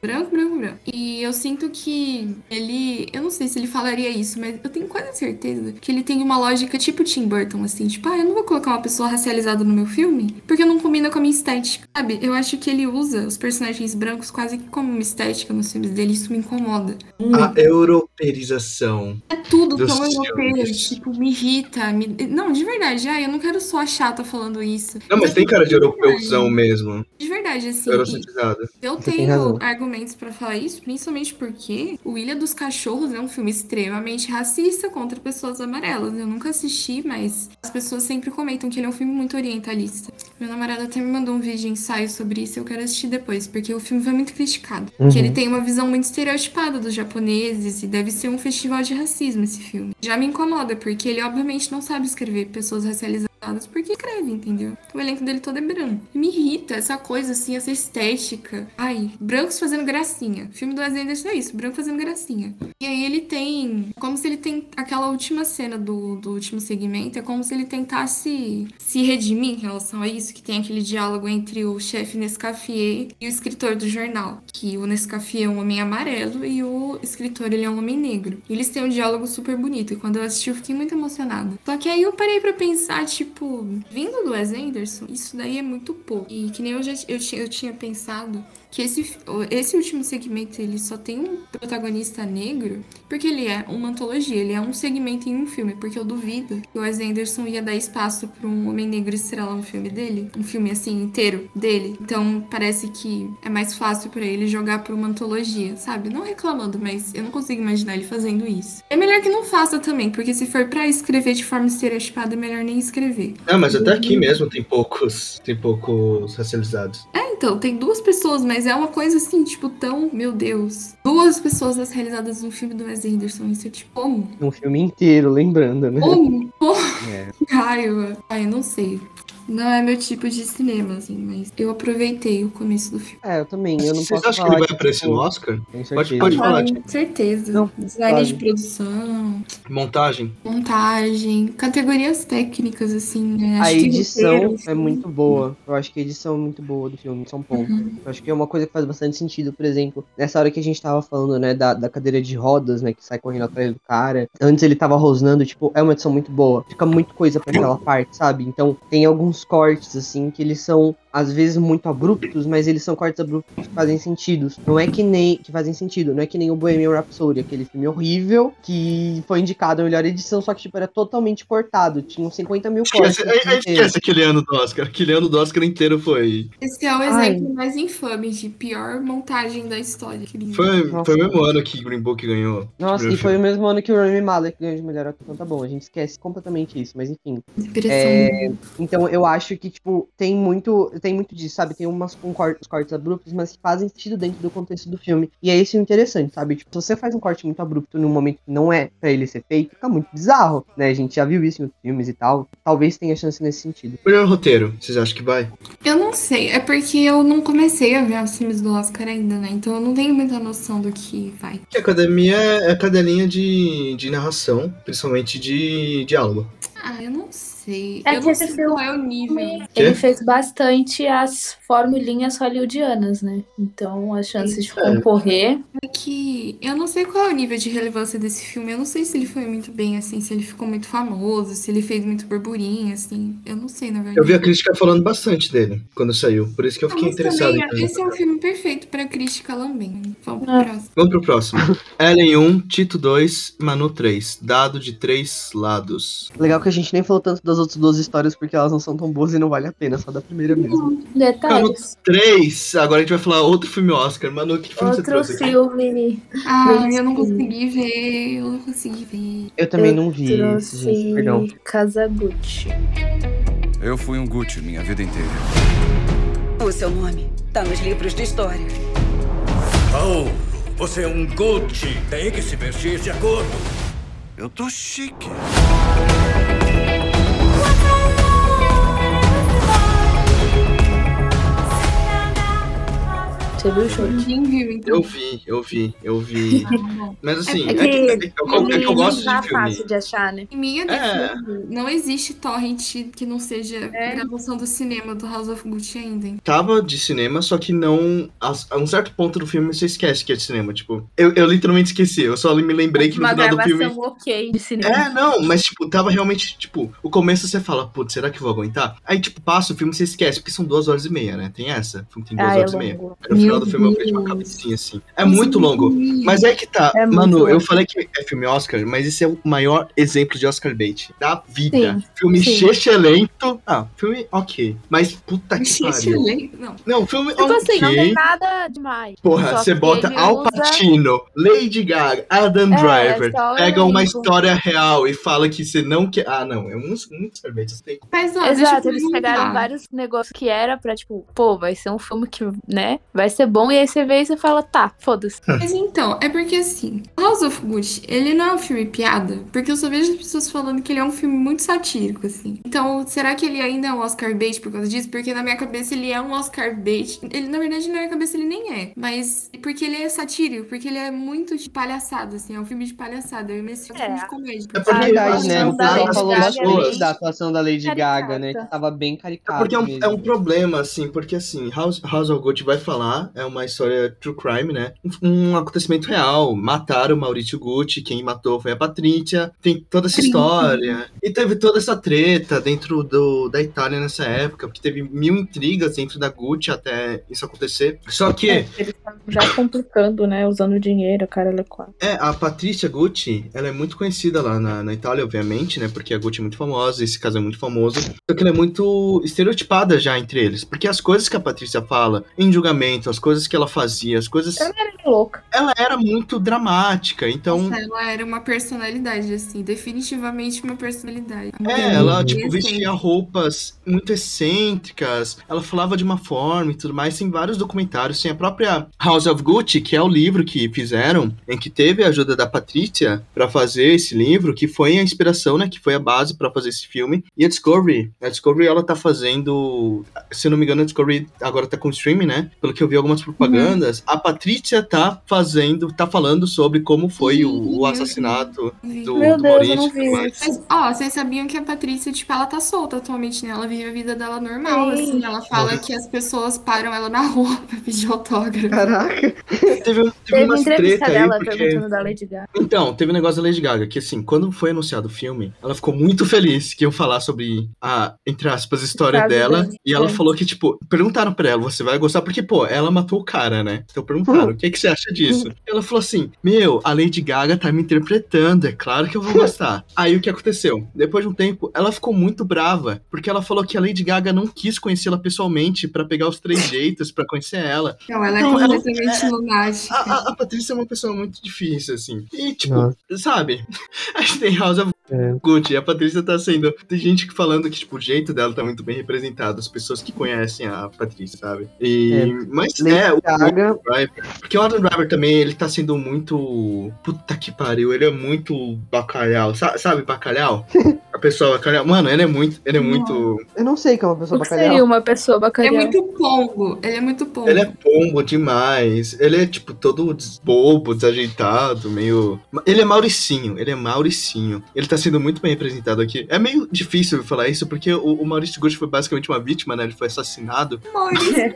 E eu sinto que eu não sei se ele falaria isso, mas eu tenho quase certeza que ele tem uma lógica tipo Tim Burton, assim, tipo, eu não vou colocar uma pessoa racializada no meu filme porque não combina com a minha estética, sabe? Eu acho que ele usa os personagens brancos quase que como uma estética nos filmes dele, isso me incomoda. A europeização. É tudo dos tão europeu, filmes. tipo, me irrita. Não, de verdade, eu não quero só a chata falando isso. Não, mas tem cara de europeuzão verdade. mesmo. De verdade, assim. Eurocentrizado. Eu Você tem tenho razão. argumentos pra falar isso, principalmente porque O Ilha dos Cachorros é um filme extremamente racista contra pessoas amarelas. Eu nunca assisti, mas as pessoas sempre comentam que ele é um filme muito orientalista. Meu namorado até me mandou um vídeo de ensaio sobre isso e eu quero assistir depois, porque o filme foi muito criticado. Que ele tem uma visão muito estereotipada dos japoneses e deve ser um festival de racismo esse filme. Já me incomoda, porque ele obviamente não sabe escrever pessoas racializadas porque escreve, entendeu? O elenco dele todo é branco. E me irrita essa coisa assim, essa estética. Ai, brancos fazendo gracinha. O filme do Wes Anderson é isso, branco fazendo gracinha. E aí ele tem, como se ele tem aquela última cena do último segmento, é como se ele tentasse se redimir em relação a isso, que tem aquele diálogo entre o chefe Nescafé e o escritor do jornal, que o Nescafé é um homem amarelo e o escritor ele é um homem negro. E eles têm um diálogo super bonito, e quando eu assisti eu fiquei muito emocionada. Só que aí eu parei pra pensar, tipo, vindo do Wes Anderson, isso daí é muito pouco. E que nem eu tinha pensado que esse último segmento ele só tem um protagonista negro porque ele é uma antologia, ele é um segmento em um filme, porque eu duvido que o Wes Anderson ia dar espaço pra um homem negro estrelar um filme dele, um filme assim inteiro dele. Então parece que é mais fácil pra ele jogar pra uma antologia, sabe? Não reclamando, mas eu não consigo imaginar ele fazendo isso. É melhor que não faça também, porque se for pra escrever de forma estereotipada, é melhor nem escrever. Mas até aqui mesmo tem poucos racializados. Então, tem duas pessoas, mas é uma coisa assim, tipo, tão, meu Deus. Duas pessoas racializadas no filme do Wes Anderson, isso é tipo, como? Um filme inteiro, lembrando, né? Como? Que raiva. Ai, eu não sei. Não é meu tipo de cinema, assim, mas eu aproveitei o começo do filme. Eu também. Eu não Vocês posso acham falar que ele vai aparecer no tipo, Oscar? tenho Pode certeza. falar, Com certeza. Não, Design pode. de produção, Montagem? montagem, categorias técnicas, assim, né? A Acho que edição roteiro, é assim. muito boa. Eu acho que a edição é muito boa do filme, são pontos. Eu acho que é uma coisa que faz bastante sentido, por exemplo, nessa hora que a gente tava falando, né, da cadeira de rodas, né, que sai correndo atrás do cara. Antes ele tava rosnando, tipo, é uma edição muito boa. Fica muito coisa pra aquela parte, sabe? Então tem alguns cortes, assim, que eles são, às vezes, muito abruptos, mas eles são cortes abruptos que fazem sentido. Não é que nem... que fazem sentido. Não é que nem o Bohemian Rhapsody, aquele filme horrível, que foi indicado a melhor edição, só que, tipo, era totalmente cortado. Tinham 50 mil cortes. Esquece aquele ano do Oscar. Aquele ano do Oscar inteiro foi... Esse é o exemplo mais infame de pior montagem da história. Foi Nossa. o mesmo ano que Green Book ganhou. Nossa, e foi o mesmo ano que o Rami Malek ganhou de melhor ator. Então tá bom, a gente esquece completamente isso, mas enfim. Depressão. Então eu acho que, tipo, tem muito... tem muito disso, sabe? Tem uns cortes abruptos, mas que fazem sentido dentro do contexto do filme. E é isso interessante, sabe? Tipo, se você faz um corte muito abrupto num momento que não é pra ele ser feito, fica muito bizarro, né? A gente já viu isso em outros filmes e tal. Talvez tenha chance nesse sentido. Melhor roteiro, vocês acham que vai? Eu não sei, é porque eu não comecei a ver os filmes do Oscar ainda, né? Então eu não tenho muita noção do que vai. Que a academia é cadelinha de narração, principalmente de diálogo. Ah, eu não sei. É Eu que não esse sei filme- qual é o nível. Quê? Ele fez bastante as formulinhas hollywoodianas, né? Então as chances de concorrer. É que eu não sei qual é o nível de relevância desse filme. Eu não sei se ele foi muito bem, assim, se ele ficou muito famoso, se ele fez muito burburinho, assim. Eu não sei, na verdade. Eu vi a crítica falando bastante dele quando saiu, por isso que eu fiquei Mas interessado também, em ver. esse é um filme perfeito pra crítica também. Vamos pro Ah. próximo. Vamos pro próximo. Ellen 1, Tito 2, Manu 3. Dado de 3 lados. Legal que a gente nem falou tanto das outras duas histórias porque elas não são tão boas e não vale a pena, só da primeira mesmo. Detalhes. 3. Agora a gente vai falar outro filme Oscar. Manu, que filme você Outro trouxe aqui? filme. Ah, Esse eu não filme. consegui ver. Eu não consegui ver. Eu também Eu não vi esse, gente, perdão. trouxe Kazaguchi. Eu fui um Gucci minha vida inteira. O seu nome tá nos livros de história. Oh, você é um Gucci. Tem que se vestir de acordo. Eu tô chique. Você viu o show? Ninguém viu, então. Eu vi. Mas assim, É é que que eu gosto não tá de filme. fácil de achar, né? Em minha defesa, não existe torrent que não seja É. gravação do cinema do House of Gucci ainda. Tava de cinema, só que não. A um certo ponto do filme você esquece que é de cinema. Tipo, eu literalmente esqueci. Eu só me lembrei que no Uma final do gravação filme. ok de cinema. É, não, mas tipo, tava realmente, tipo, o começo você fala, putz, será que eu vou aguentar? Aí, tipo, passa o filme você esquece, porque são 2 horas e meia, né? Tem essa. O filme tem 2 horas e meia. longo. Aí no final do Meu filme eu vejo uma Deus. cabecinha assim. É muito longo. Mas é que tá. É muito Mano, eu longo. falei que é filme Oscar, mas esse é o maior exemplo de Oscar bait da vida. Sim, Filme sim. excelente. Ah, filme ok. Mas puta que pariu. Excelente. Não. Não, filme Tipo ok. assim, não tem nada demais. Porra, Só você que bota ele Al usa- Pacino, Lady Gaga, Adam Driver, só o pega uma elenco. história real e fala que você não quer. Ah, não, é muito sorvete. Você tem... Mas, ó, deixa Exato, eu eles perguntar. pegaram vários negócios que era pra, tipo, pô, vai ser um filme que, né, vai ser bom, e aí você vê e você fala, tá, foda-se. Mas então, é porque assim, House of Gucci, ele não é um filme piada, porque eu só vejo as pessoas falando que ele é um filme muito satírico, assim. Então, será que ele ainda é um Oscar bait por causa disso? Porque na minha cabeça ele é um Oscar bait. Ele, na verdade, na minha cabeça ele nem é. Mas porque ele é satírico, porque ele é muito de palhaçada, assim, é um filme de palhaçada. Eu esse filme de comédia. É É porque verdade, né? O atuação da pessoal Lady falou Gaga bastante é da atuação da Lady caricata. Gaga, né? Que tava bem É caricata porque mesmo. é um problema, assim, porque assim, House of Gucci vai falar, é uma história true crime, né? Um acontecimento real. Mataram o Maurício Gucci, quem matou foi a Patrícia, tem toda essa história. E teve toda essa treta dentro da Itália nessa época, porque teve 1000 intrigas dentro da Gucci até isso acontecer. Só que Eles estão já complicando, né, usando dinheiro, cara, ela é quatro. a Patrícia Gucci, ela é muito conhecida lá na Itália, obviamente, né? Porque a Gucci é muito famosa, esse caso é muito famoso. Só que ela é muito estereotipada já entre eles. Porque as coisas que a Patrícia fala em julgamento, as coisas que ela fazia, as coisas... Ela era louca. Ela era muito dramática, então... Nossa, ela era uma personalidade, assim, definitivamente uma personalidade. ela, tipo, Muito vestia roupas muito excêntricas, ela falava de uma forma e tudo mais. Tem vários documentários, tem a própria House of Gucci, que é o livro que fizeram, em que teve a ajuda da Patrícia pra fazer esse livro, que foi a inspiração, né, que foi a base pra fazer esse filme. E a Discovery, ela tá fazendo, se eu não me engano, a Discovery agora tá com streaming, né, pelo que eu vi algumas propagandas, a Patrícia tá falando sobre como foi o assassinato do Meu Deus, eu Maurício não e tudo mais. vi. Mas, ó, vocês sabiam que a Patrícia, tipo, ela tá solta atualmente, né? Ela vive a vida dela normal, Sim. assim. Ela fala que as pessoas param ela na rua pra pedir autógrafo. Caraca. Teve Teve umas entrevista treta aí, dela porque... perguntando da Lady Gaga. Então, teve um negócio da Lady Gaga, que assim, quando foi anunciado o filme, ela ficou muito feliz que iam falar sobre a, entre aspas, história Caso dela. dela. E ela É. falou que, tipo, perguntaram pra ela, você vai gostar? Porque, pô, ela matou o cara, né? Então perguntaram, o que você acha disso? Ela falou assim, a Lady Gaga tá me interpretando, é claro que eu vou gostar. Aí o que aconteceu? Depois de um tempo, ela ficou muito brava, porque ela falou que a Lady Gaga não quis conhecê-la pessoalmente pra pegar os 3 jeitos pra conhecer ela. Não, ela é Então, ela- completamente lunática. A Patrícia é uma pessoa muito difícil, assim. E, tipo, Nossa. sabe? A gente tem House of Gucci, a Patrícia tá sendo... Tem gente que falando que, tipo, o jeito dela tá muito bem representado. As pessoas que conhecem a Patrícia, sabe? Mas o Adam Driver... Porque o Adam Driver também, ele tá sendo muito... Puta que pariu, ele é muito bacalhau. Sabe bacalhau? A pessoa bacalhau. Mano, ele é muito... Eu não sei que é uma pessoa O que bacalhau. seria uma pessoa bacalhau? Ele é muito pombo. Ele é pombo demais. Ele é, tipo, todo bobo, desajeitado, meio... Ele é Mauricinho. Ele tá sendo muito bem representado aqui. É meio difícil falar isso, porque o Maurício Gucci foi basicamente uma vítima, né? Ele foi assassinado. Mauricinho.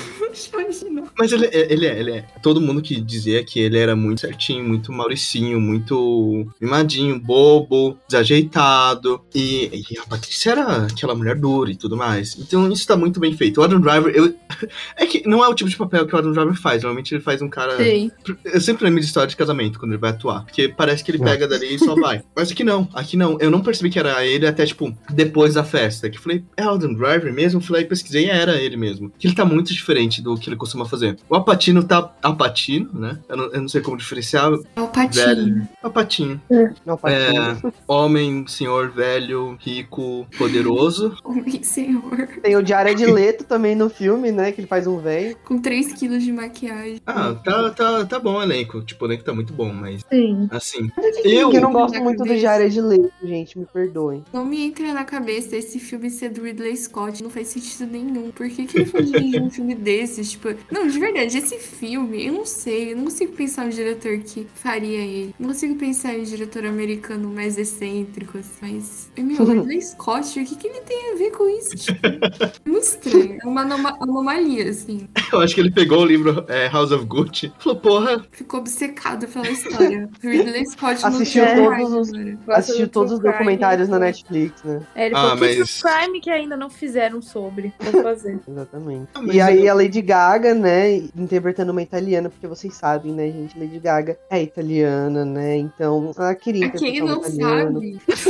Mas ele é. Todo mundo que dizia que ele era muito certinho, muito Mauricinho, muito mimadinho, bobo, desajeitado. E a Patrícia era aquela mulher dura e tudo mais. Então isso tá muito bem feito. O Adam Driver, é que não é o tipo de papel que o Adam Driver faz. Normalmente ele faz um cara... Sim. Eu sempre lembro de história de casamento quando ele vai atuar. Porque parece que ele pega dali e só vai. Mas aqui não. Eu não percebi que era ele até, tipo, depois da festa. Que eu falei, é o Adam Driver mesmo? Eu falei, pesquisei e era ele mesmo. Que ele tá muito diferente do que ele costuma fazer. O Al Pacino tá... Al Pacino, né? Eu não sei como diferenciar. Al Pacino. Al Pacino. Homem, senhor, velho, rico, poderoso. Homem, senhor. Tem o Jared Leto também no filme, né? Que ele faz um velho. Com 3 quilos de maquiagem. Tá bom o elenco. Tipo, o elenco tá muito bom, mas... Sim. Assim... Eu não gosto muito do Jared Leto, gente. Me perdoem. Não me entra na cabeça esse filme ser do Ridley Scott. Não faz sentido nenhum. Por que ele foi dirigir um filme desses? Tipo... Não, de verdade, esse filme, eu não sei. Eu não consigo pensar no diretor que faria ele. Não consigo pensar em um diretor americano mais excêntrico, assim. Mas... Meu, Ridley Scott, o que ele tem a ver com isso? Tipo, é muito estranho. É uma anomalia, assim. Eu acho que ele pegou o livro House of Gucci e falou, porra... Ficou obcecado pela história. Ridley Scott assistiu todos os documentários na Netflix, né? Ele falou que Prime que ainda não fizeram sobre. Vou fazer. Exatamente. E aí a Lady Gaga, né, interpretando uma italiana, porque vocês sabem, né, gente, Lady Gaga é italiana, né, então ela queria interpretar uma italiana.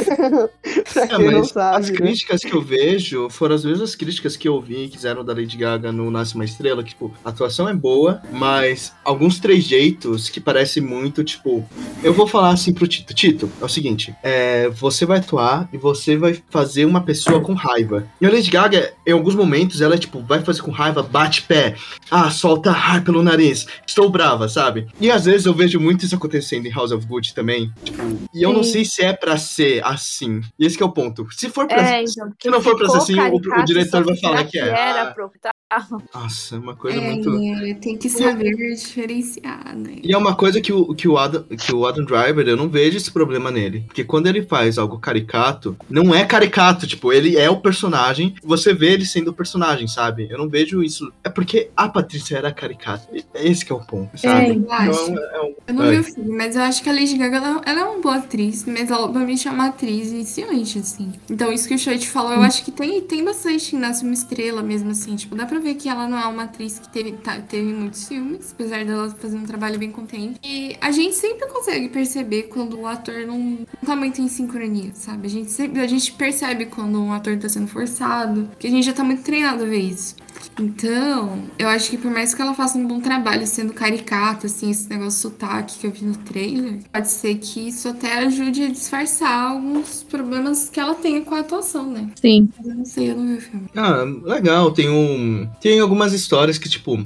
Pra quem não sabe. As críticas que eu vejo foram as mesmas críticas que eu vi que fizeram da Lady Gaga no Nasce Uma Estrela, que, tipo, a atuação é boa, mas alguns trejeitos que parecem muito, tipo... Eu vou falar assim pro Tito. Tito, é o seguinte, você vai atuar e você vai fazer uma pessoa com raiva. E a Lady Gaga, em alguns momentos, ela, tipo, vai fazer com raiva, bate pé, solta ar pelo nariz, estou brava, sabe? E às vezes eu vejo muito isso acontecendo em House of Gucci também, tipo, e eu não sei se é pra ser assim. E esse que é o ponto. Se for pra então, se não for pra ser assim, o diretor vai falar que é. Era Nossa, é uma coisa muito... Tem que saber diferenciar, né? E é uma coisa que o Adam Driver, eu não vejo esse problema nele. Porque quando ele faz algo caricato, não é caricato, tipo, ele é o personagem, você vê ele sendo o personagem, sabe? Eu não vejo isso. É porque a Patrícia era caricata. Esse que é o ponto, sabe? Eu acho. Eu não vi o filme, mas eu acho que a Lady Gaga, ela é uma boa atriz, mas ela obviamente é uma atriz iniciante, assim. Então, isso que o Choit falou, eu acho que tem bastante Nasce Uma Estrela mesmo, assim. Tipo, dá pra ver que ela não é uma atriz que teve muitos filmes, apesar dela fazer um trabalho bem contente. E a gente sempre consegue perceber quando o ator não tá muito em sincronia, sabe? A gente percebe quando um ator tá sendo forçado, porque a gente já tá muito treinado a ver isso. Então, eu acho que por mais que ela faça um bom trabalho sendo caricata, assim, esse negócio de sotaque que eu vi no trailer, pode ser que isso até ajude a disfarçar alguns problemas que ela tenha com a atuação, né? Sim. Mas eu não sei, eu não vi o filme. Legal, tem algumas histórias que, tipo,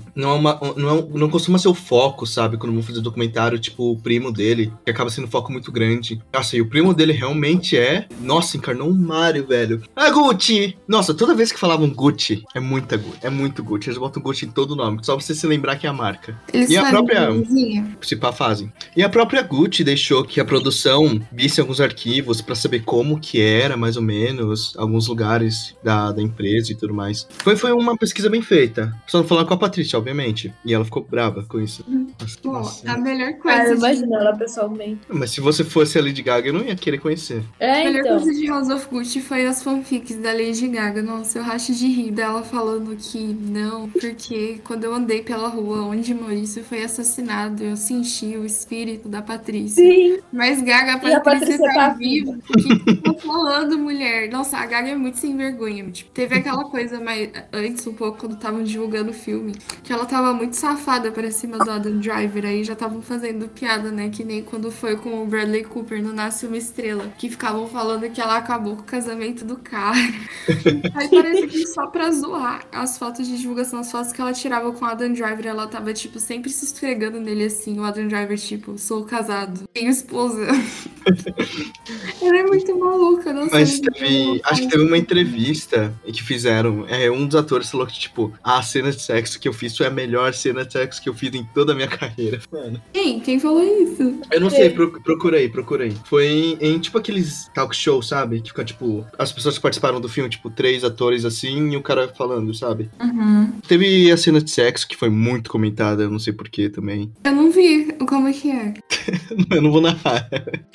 não costuma ser o foco, sabe? Quando vão fazer documentário, tipo, o primo dele, que acaba sendo um foco muito grande. Nossa, e o primo dele realmente encarnou um Mario, velho. Gucci! Nossa, toda vez que falavam Gucci, é muito Gucci. Eles botam Gucci em todo o nome, só pra você se lembrar que é a marca. Eles e a própria... Se pá, fazem. E a própria Gucci deixou que a produção visse alguns arquivos pra saber como que era, mais ou menos, alguns lugares da empresa e tudo mais. Foi uma pesquisa bem feita. Só não falar com a Patrícia, obviamente. E ela ficou brava com isso. Nossa. A melhor coisa... eu imagino ela pessoalmente. Mas se você fosse a Lady Gaga, eu não ia querer conhecer. A melhor coisa de House of Gucci foi as fanfics da Lady Gaga. Nossa, eu racho de rir dela falando que não, porque quando eu andei pela rua onde Maurício foi assassinado, eu senti o espírito da Patrícia. Sim. Mas Gaga, E a a Patrícia Patrícia tá tá viva. O que tá falando, mulher? Nossa, a Gaga é muito sem vergonha. Tipo, teve aquela coisa mais antes, um pouco, quando estavam divulgando o filme, que ela tava muito safada pra cima do Adam Driver. Aí já estavam fazendo piada, né? Que nem quando foi com o Bradley Cooper no Nasce Uma Estrela, que ficavam falando que ela acabou com o casamento do cara. Aí parece que só pra zoar as fotos de divulgação, as fotos que ela tirava com o Adam Driver, ela tava, tipo, sempre se esfregando nele assim. O Adam Driver, tipo, sou casado, tenho esposa. Ela é muito maluca, não sei. Mas acho que teve uma entrevista que fizeram. Um dos atores falou que, tipo, a cena de sexo que eu fiz foi a melhor cena de sexo que eu fiz em toda a minha carreira. Mano. Quem falou isso? Eu não sei, procura aí. Foi em tipo aqueles talk show, sabe? Que fica, tipo, as pessoas que participaram do filme, tipo, 3 atores assim e o cara falando, sabe? Uhum. Teve a cena de sexo que foi muito comentada, eu não sei porquê também. Eu não vi como é que é. Eu não vou narrar.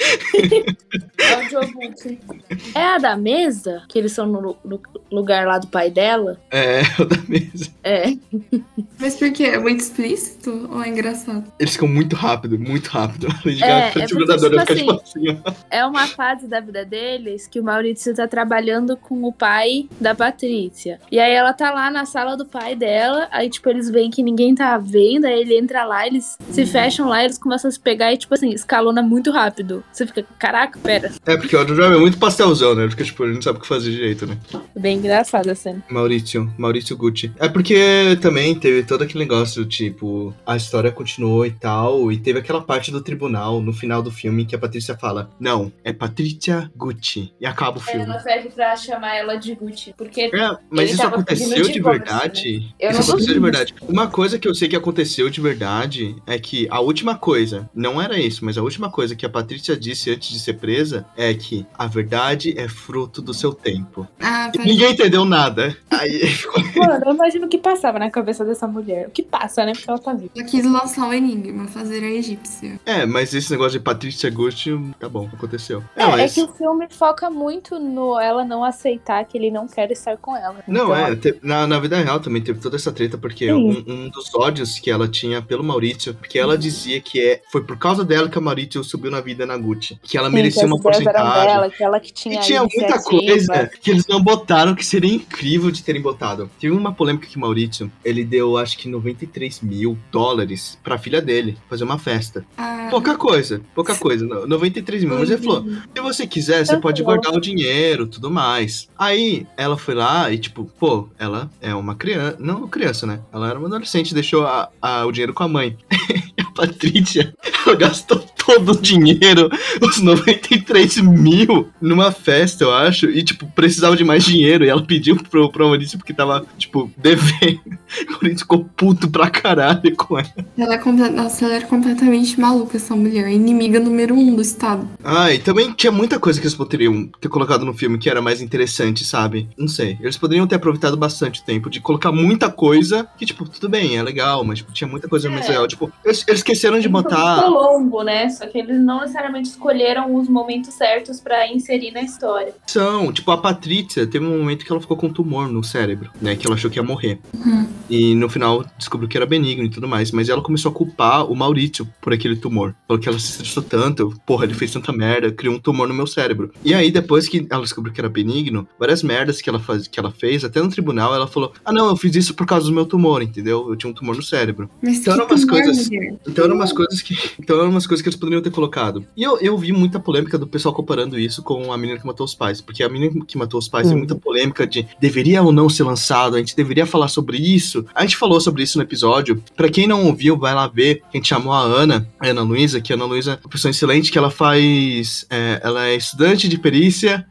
Audiobook. É a da mesa? Que eles são no lugar lá do pai dela? É, o da mesa. É. Mas por quê? É muito explícito ou é engraçado? Eles ficam muito rápido. A Lady É, Gaga fica é segurando, porque, fica tipo assim, ó. É uma fase da vida deles que o Maurício tá trabalhando com o pai da Patrícia. E aí ela tá lá na sala do pai dela, aí tipo, eles veem que ninguém tá vendo, aí ele entra lá, eles se fecham lá, eles começam a se pegar e tipo assim, escalona muito rápido. Você fica, caraca, pera. É, porque o Adam Driver é muito pastelzão, né? Porque, tipo, ele não sabe o que fazer direito, né? Bem engraçada a cena. Maurício Gucci. É porque também teve todo aquele negócio, tipo, a história continuou e tal, e teve aquela parte do tribunal no final do filme que a Patrícia fala, não, é Patrícia Gucci, e acaba o filme. Ela pede pra chamar ela de Gucci, porque mas ele isso tava aconteceu pedindo de divórcio, verdade? né? Eu Isso não aconteceu de duvido. verdade. Uma coisa que eu sei que aconteceu de verdade é que a última coisa, não era isso, mas a última coisa que a Patrícia disse antes de ser presa é que a verdade é fruto do seu tempo. Ah, E ninguém entendeu nada. Aí ficou... Mano, eu imagino o que passava na cabeça dessa mulher. O que passa, né? Porque ela tá viva. Ela quis lançar o enigma, fazer a egípcia. Mas esse negócio de Patrícia Gucci, tá bom, aconteceu. É que o filme foca muito no ela não aceitar que ele não quer estar com ela. Não, Então, na vida real também teve toda essa treta, porque um dos ódios que ela tinha pelo Maurício, porque ela dizia que foi por causa dela que a Maurício subiu na vida na Gucci. Que ela merecia uma porcentagem. Dela, que ela que tinha e tinha muita coisa que eles não botaram, que seria incrível de terem botado. Teve uma polêmica que o Maurício, ele deu, acho que $93 mil pra filha dele fazer uma festa. Pouca coisa. 93 mil. Mas ele falou, se você quiser, você pode guardar o dinheiro, tudo mais. Aí, ela foi lá e, tipo, ela é uma criança, não criança, né? Ela era uma adolescente, deixou o dinheiro com a mãe. E a Patrícia, ela gastou todo o dinheiro, os 93 mil, numa festa, eu acho, e, tipo, precisava de mais dinheiro, e ela pediu pro Maurício porque tava, tipo, devendo. O Maurício ficou puto pra caralho com ela. Nossa, ela era completamente maluca, essa mulher. Inimiga número 1 do Estado. E também tinha muita coisa que eles poderiam ter colocado no filme que era mais interessante, sabe? Não sei. Eles poderiam ter aproveitado bastante tempo de colocar muita coisa que, tipo, tudo bem, é legal, mas, tipo, tinha muita coisa mais legal. Tipo, eles esqueceram de botar... Foi longo, né? Só que eles não necessariamente escolheram os momentos certos pra inserir na história. Tipo, a Patrícia teve um momento que ela ficou com um tumor no cérebro, né? Que ela achou que ia morrer. E no final descobriu que era benigno e tudo mais. Mas ela começou a culpar o Maurício por aquele tumor. Falou que ela se estressou tanto, ele fez tanta merda, criou um tumor no meu cérebro. E aí, depois que ela descobriu que era benigno, várias merdas que ela fez, até no tribunal, ela falou, não, eu fiz isso por causa do meu tumor, entendeu? Eu tinha um tumor no cérebro. Mas então eram umas coisas que eles poderiam ter colocado. E eu vi muita polêmica do pessoal comparando isso com A Menina que Matou os Pais, porque A Menina que Matou os Pais tem muita polêmica de deveria ou não ser lançado, a gente deveria falar sobre isso. A gente falou sobre isso no episódio. Pra quem não ouviu, vai lá ver. A gente chamou a Ana Luísa, que a Ana Luísa é uma pessoa excelente, que ela faz... ela é estudante de perícia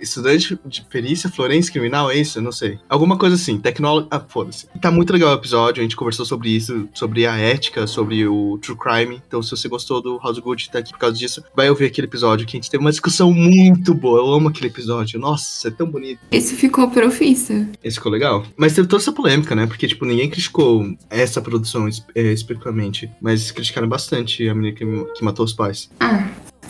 forense criminal, é isso? Eu não sei. Alguma coisa assim, tecnóloga... foda-se. Tá muito legal o episódio, a gente conversou sobre isso, sobre a ética, sobre o true crime. Então, se você gostou do House Good e tá aqui por causa disso, vai ouvir aquele episódio que a gente teve uma discussão muito boa. Eu amo aquele episódio. Nossa, é tão bonito. Esse ficou profissa. Esse ficou legal. Mas teve toda essa polêmica, né? Porque, tipo, ninguém criticou essa produção especificamente. Mas criticaram bastante A Menina que Matou os Pais.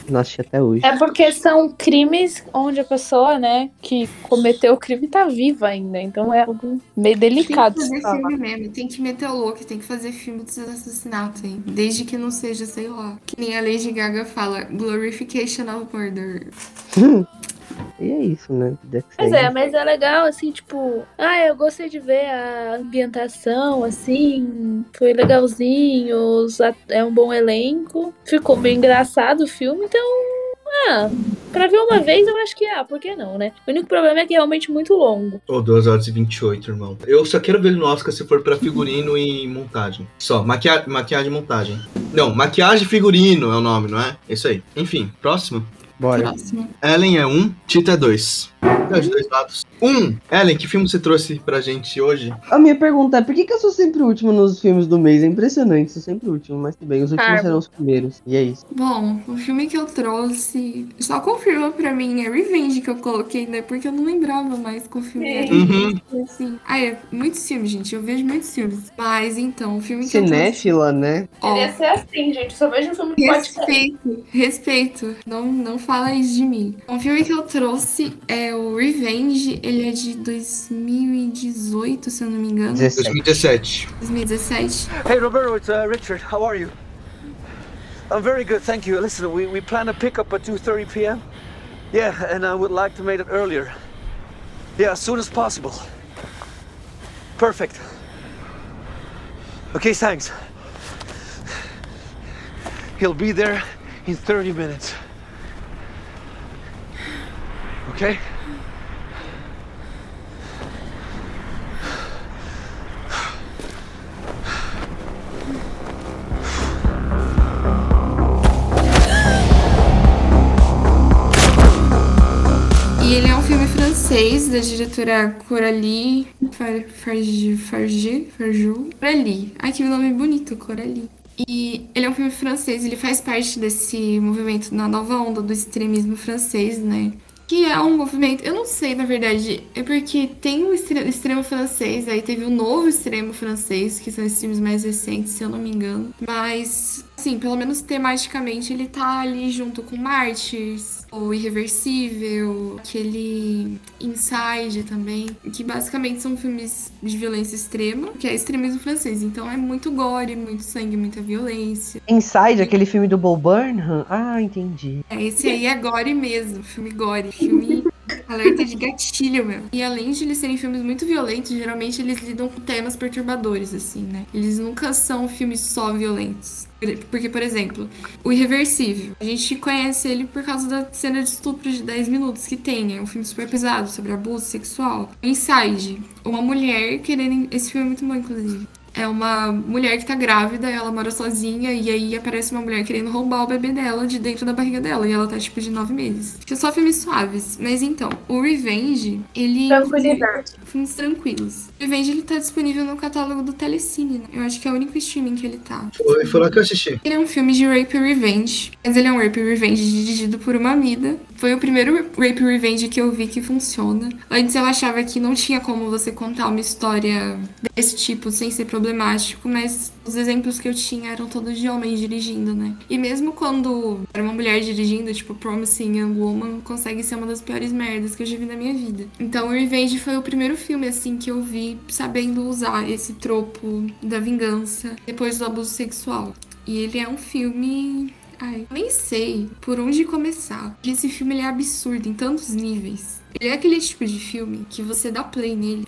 Não assisti até hoje. É porque são crimes onde a pessoa, né, que cometeu o crime tá viva ainda. Então é algo meio delicado. Tem que de fazer falar. filme mesmo, tem que meter o louco, tem que fazer filme dos assassinatos aí. Desde que não seja, sei lá. Que nem a Lady Gaga fala, glorification of murder. E é isso, né? Deve ser Mas isso. mas é legal, assim, tipo... eu gostei de ver a ambientação, assim, foi legalzinho, é um bom elenco, ficou bem engraçado o filme, então... pra ver uma vez eu acho que, por que não, né? O único problema é que é realmente muito longo. 2 horas e 28, irmão. Eu só quero ver ele no Oscar se for pra figurino e montagem. Só, maquiagem e montagem. Não, maquiagem e figurino é o nome, não é? Isso aí. Enfim, próximo. Bora. Próximo. Ellen é 1, Tita é 2. É de 2 lados. Ellen, que filme você trouxe pra gente hoje? A minha pergunta é, por que eu sou sempre o último nos filmes do mês? É impressionante, sou sempre o último, mas tudo bem, os últimos serão os primeiros. E é isso. Bom, o filme que eu trouxe só confirma pra mim, é Revenge que eu coloquei, né? Porque eu não lembrava mais que o filme era assim. Muitos filmes, gente. Eu vejo muitos filmes. Mas então, o filme que eu trouxe... Cinéfila, né? Queria ser assim, gente. Só vejo um filme que pode ser. Respeito. Não fala isso de mim. O filme que eu trouxe é o Revenge. Ele é de 2018, se eu não me engano. 2017. 2017. Hey, Roberto, it's Richard. How are you? I'm very good, thank you. Listen, we plan to pick up at 2:30 p.m. Yeah, and I would like to make it earlier. Yeah, as soon as possible. Perfect. Okay, thanks. He'll be there in 30 minutes. Okay? E ele é um filme francês da diretora Coralie Farjou. Coralie. Ai, que nome bonito, Coralie. E ele é um filme francês, ele faz parte desse movimento na nova onda do extremismo francês, né? Que é um movimento, eu não sei, na verdade, é porque tem o extremo francês, aí teve o novo extremo francês, que são esses filmes mais recentes, se eu não me engano. Mas, assim, pelo menos tematicamente, ele tá ali junto com Mártires, o Irreversível, aquele Inside também, que basicamente são filmes de violência extrema, que é extremismo francês. Então é muito gore, muito sangue, muita violência. Inside, aquele filme do Bo Burnham? Ah, entendi. Esse aí é gore mesmo, filme gore, filme alerta de gatilho, meu. E além de eles serem filmes muito violentos, geralmente eles lidam com temas perturbadores, assim, né? Eles nunca são filmes só violentos. Porque, por exemplo, o Irreversível, a gente conhece ele por causa da cena de estupro de 10 minutos que tem. É um filme super pesado, sobre abuso sexual. Inside, uma mulher querendo... Esse filme é muito bom, inclusive. É uma mulher que tá grávida, ela mora sozinha, e aí aparece uma mulher querendo roubar o bebê dela de dentro da barriga dela, e ela tá, tipo, de 9 meses. Que só filmes suaves. Mas então, o Revenge, ele... Tranquilidade. Filmes tranquilos. O Revenge, ele tá disponível no catálogo do Telecine, né? Eu acho que é o único streaming que ele tá. Foi lá que eu assisti. Ele é um filme de Rape Revenge, mas ele é um Rape Revenge dirigido por uma mina. Foi o primeiro Rape Revenge que eu vi que funciona. Antes eu achava que não tinha como você contar uma história desse tipo sem ser problemático, mas os exemplos que eu tinha eram todos de homens dirigindo, né? E mesmo quando era uma mulher dirigindo, tipo Promising Young Woman, consegue ser uma das piores merdas que eu já vi na minha vida. Então o Revenge foi o primeiro filme, assim, que eu vi sabendo usar esse tropo da vingança depois do abuso sexual. E ele é um filme... Ai, nem sei por onde começar. Porque esse filme ele é absurdo em tantos níveis. Ele é aquele tipo de filme que você dá play nele.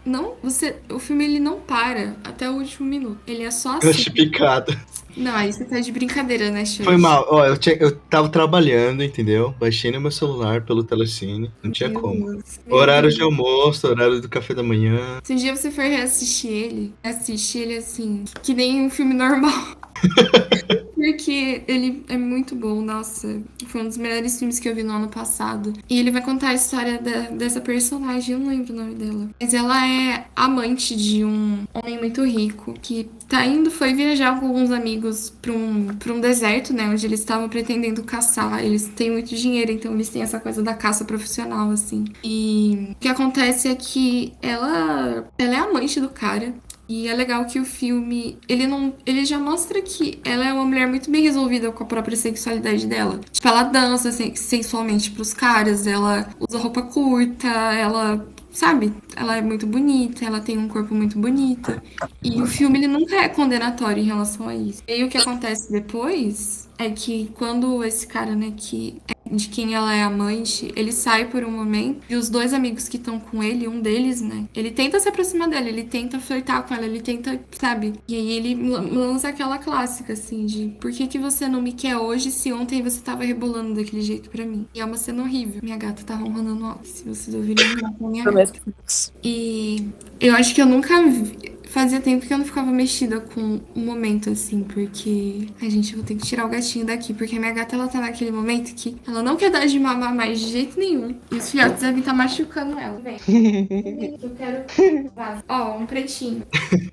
O filme ele não para até o último minuto. Ele é só assim. Eu achei picada. Não, aí você tá de brincadeira, né, Xande? Foi mal. Ó, eu tava trabalhando, entendeu? Baixei no meu celular pelo Telecine. Não tinha como. Horário de almoço, horário do café da manhã. Se um dia você for reassistir ele, assiste ele assim, que nem um filme normal. Porque ele é muito bom, nossa. Foi um dos melhores filmes que eu vi no ano passado. E ele vai contar a história dessa personagem, eu não lembro o nome dela. Mas ela é amante de um homem muito rico que foi viajar com alguns amigos pra um deserto, né? Onde eles estavam pretendendo caçar. Eles têm muito dinheiro, então eles têm essa coisa da caça profissional, assim. E o que acontece é que ela é amante do cara. E é legal que o filme, ele já mostra que ela é uma mulher muito bem resolvida com a própria sexualidade dela. Tipo, ela dança sensualmente pros caras, ela usa roupa curta, ela, sabe, ela é muito bonita, ela tem um corpo muito bonito. E o filme, ele nunca é condenatório em relação a isso. E aí o que acontece depois é que quando esse cara, né, de quem ela é amante, ele sai por um momento e os dois amigos que estão com ele, um deles, né, ele tenta se aproximar dela, ele tenta flertar com ela, ele tenta, sabe? E aí ele lança aquela clássica, assim, de por que você não me quer hoje se ontem você tava rebolando daquele jeito pra mim? E é uma cena horrível. Minha gata tá ronronando alto, se vocês ouvirem, a minha gata. E eu acho que eu nunca vi. Fazia tempo que eu não ficava mexida com um momento assim, porque a gente vai ter que tirar o gatinho daqui, porque a minha gata, ela tá naquele momento que ela não quer dar de mamar mais de jeito nenhum. E os filhotes devem estar machucando ela. Vem. Eu quero. Ó, um pretinho.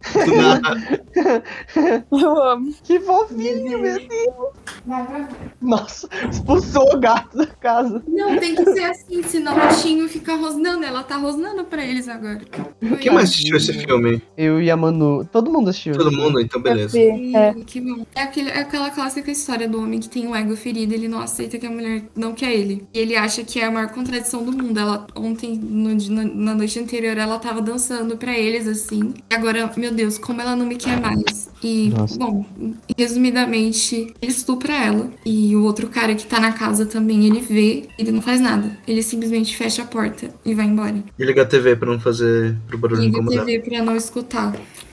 Eu amo. Que fofinho, meu Deus. Vai. Nossa, expulsou o gato da casa. Não, tem que ser assim, senão o bichinho fica rosnando. Ela tá rosnando pra eles agora. Quem mais assistiu esse filme? Eu e a Manu. Todo mundo assistiu. Todo mundo? Então beleza. Que bom. É aquela clássica história do homem que tem o ego ferido, ele não aceita que a mulher não quer ele. E ele acha que é a maior contradição do mundo. Ela, ontem, na noite anterior, ela tava dançando pra eles, assim. E agora, meu Deus, como ela não me quer mais. E, bom, resumidamente, ele estupra ela. E o outro cara que tá na casa também, ele vê, ele não faz nada. Ele simplesmente fecha a porta e vai embora. E liga a TV pra não fazer pro barulho incomodar. Liga a TV pra não escutar.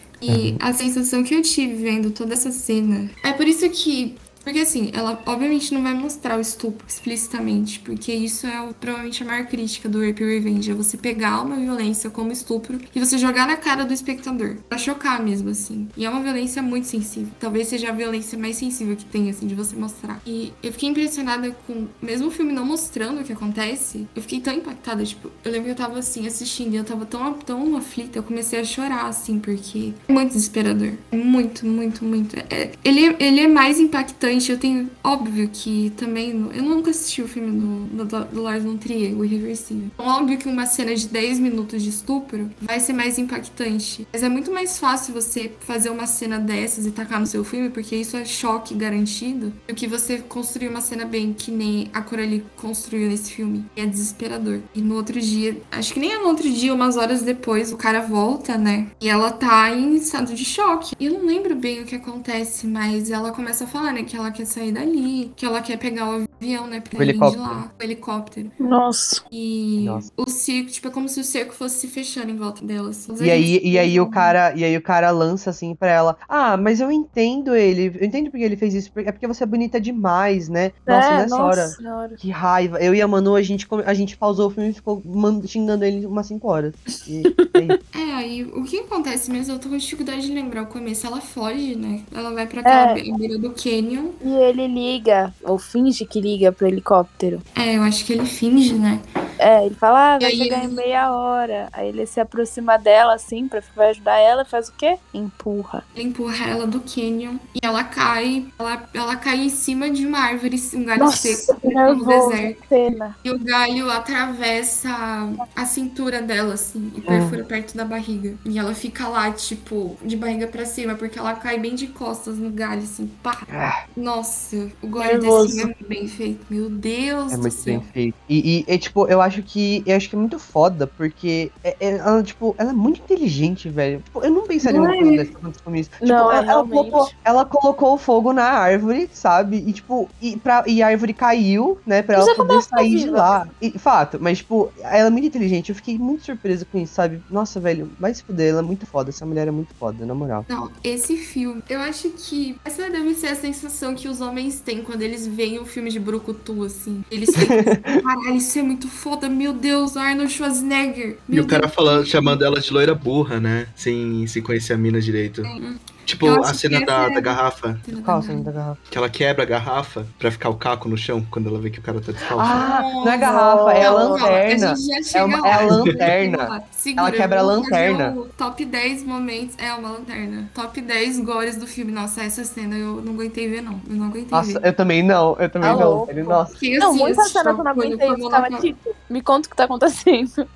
E a sensação que eu tive vendo toda essa cena... É por isso que... Porque assim, ela obviamente não vai mostrar o estupro explicitamente, porque isso é provavelmente a maior crítica do Rape Revenge, é você pegar uma violência como estupro e você jogar na cara do espectador, pra chocar mesmo, assim. E é uma violência muito sensível, talvez seja a violência mais sensível que tem, assim, de você mostrar. E eu fiquei impressionada com, mesmo o filme não mostrando o que acontece, eu fiquei tão impactada, tipo, eu lembro que eu tava assim, assistindo e eu tava tão aflita, eu comecei a chorar, assim, porque é muito desesperador. É muito, muito, muito. Ele é mais impactante. Eu tenho, óbvio que também, eu nunca assisti o filme do Lars von Trier, o Irreversível. Então, óbvio que uma cena de 10 minutos de estupro vai ser mais impactante. Mas é muito mais fácil você fazer uma cena dessas e tacar no seu filme, porque isso é choque garantido, do que você construir uma cena bem que nem a Coralie construiu nesse filme. E é desesperador. E no outro dia, acho que nem é no outro dia, umas horas depois, o cara volta, né? E ela tá em estado de choque. E eu não lembro bem o que acontece, mas ela começa a falar, né, que ela quer sair dali, que ela quer pegar o avião, né, pra ir de lá. O helicóptero. Nossa. E o circo, tipo, é como se o cerco fosse se fechando em volta dela. Assim. E aí o cara lança assim pra ela, mas eu entendo ele, eu entendo porque ele fez isso, é porque você é bonita demais, né? Nossa, nessa hora, que raiva. Eu e a Manu, a gente pausou o filme e ficou xingando ele umas 5 horas. Aí o que acontece mesmo, eu tô com dificuldade de lembrar o começo. Ela foge, né? Ela vai pra aquela beira do Canyon. E ele liga, ou finge que liga pro helicóptero. Eu acho que ele finge, né? Ele fala, vai chegar em meia hora. Aí ele se aproxima dela, assim, vai ajudar ela, faz o quê? Empurra. Ele empurra ela do Canyon e ela cai. Ela cai em cima de uma árvore, um galho seco no deserto. Cena. E o galho atravessa a cintura dela, assim, e perfura perto da barriga. E ela fica lá, tipo, de barriga pra cima, porque ela cai bem de costas no galho, assim, pá. Nossa, o gore desse filme é muito bem feito. Meu Deus do céu. É muito bem feito. E tipo, eu acho que é muito foda, porque ela, tipo, ela é muito inteligente, velho. Tipo, eu não pensaria numa coisa dessa quando com isso. Tipo, ela colocou o fogo na árvore, sabe? E, tipo, e a árvore caiu, né? Pra ela poder sair de lá. Fato, mas, tipo, ela é muito inteligente. Eu fiquei muito surpresa com isso, sabe? Nossa, velho, vai se fuder, ela é muito foda. Essa mulher é muito foda, na moral. Não, esse filme, eu acho que essa deve ser a sensação que os homens têm quando eles veem um filme de brucutu, assim. Eles ficam assim, caralho, isso é muito foda, meu Deus, Arnold Schwarzenegger. E o cara chamando ela de loira burra, né? Sem conhecer a mina direito. Tipo, Eu a acho cena que da essa é- garrafa, Qual a cena da garrafa? que ela quebra a garrafa pra ficar o caco no chão quando ela vê que o cara tá descalço. Ah, não é garrafa, é a Não, calma, a lanterna. gente já chega É a lá, a gente já lanterna. chega lá. Segura, Ela quebra a eu vou fazer lanterna. o top 10 momentos. É uma lanterna. Top 10 gores do filme. Nossa, essa cena eu não aguentei ver, não. Eu não aguentei Nossa, ver. eu também não. Alô? Nossa. Fiquei Não, assim, muita assistindo cena que eu não com o olho aguentei. Eu como ficava ela- tipo, me conta o que tá acontecendo.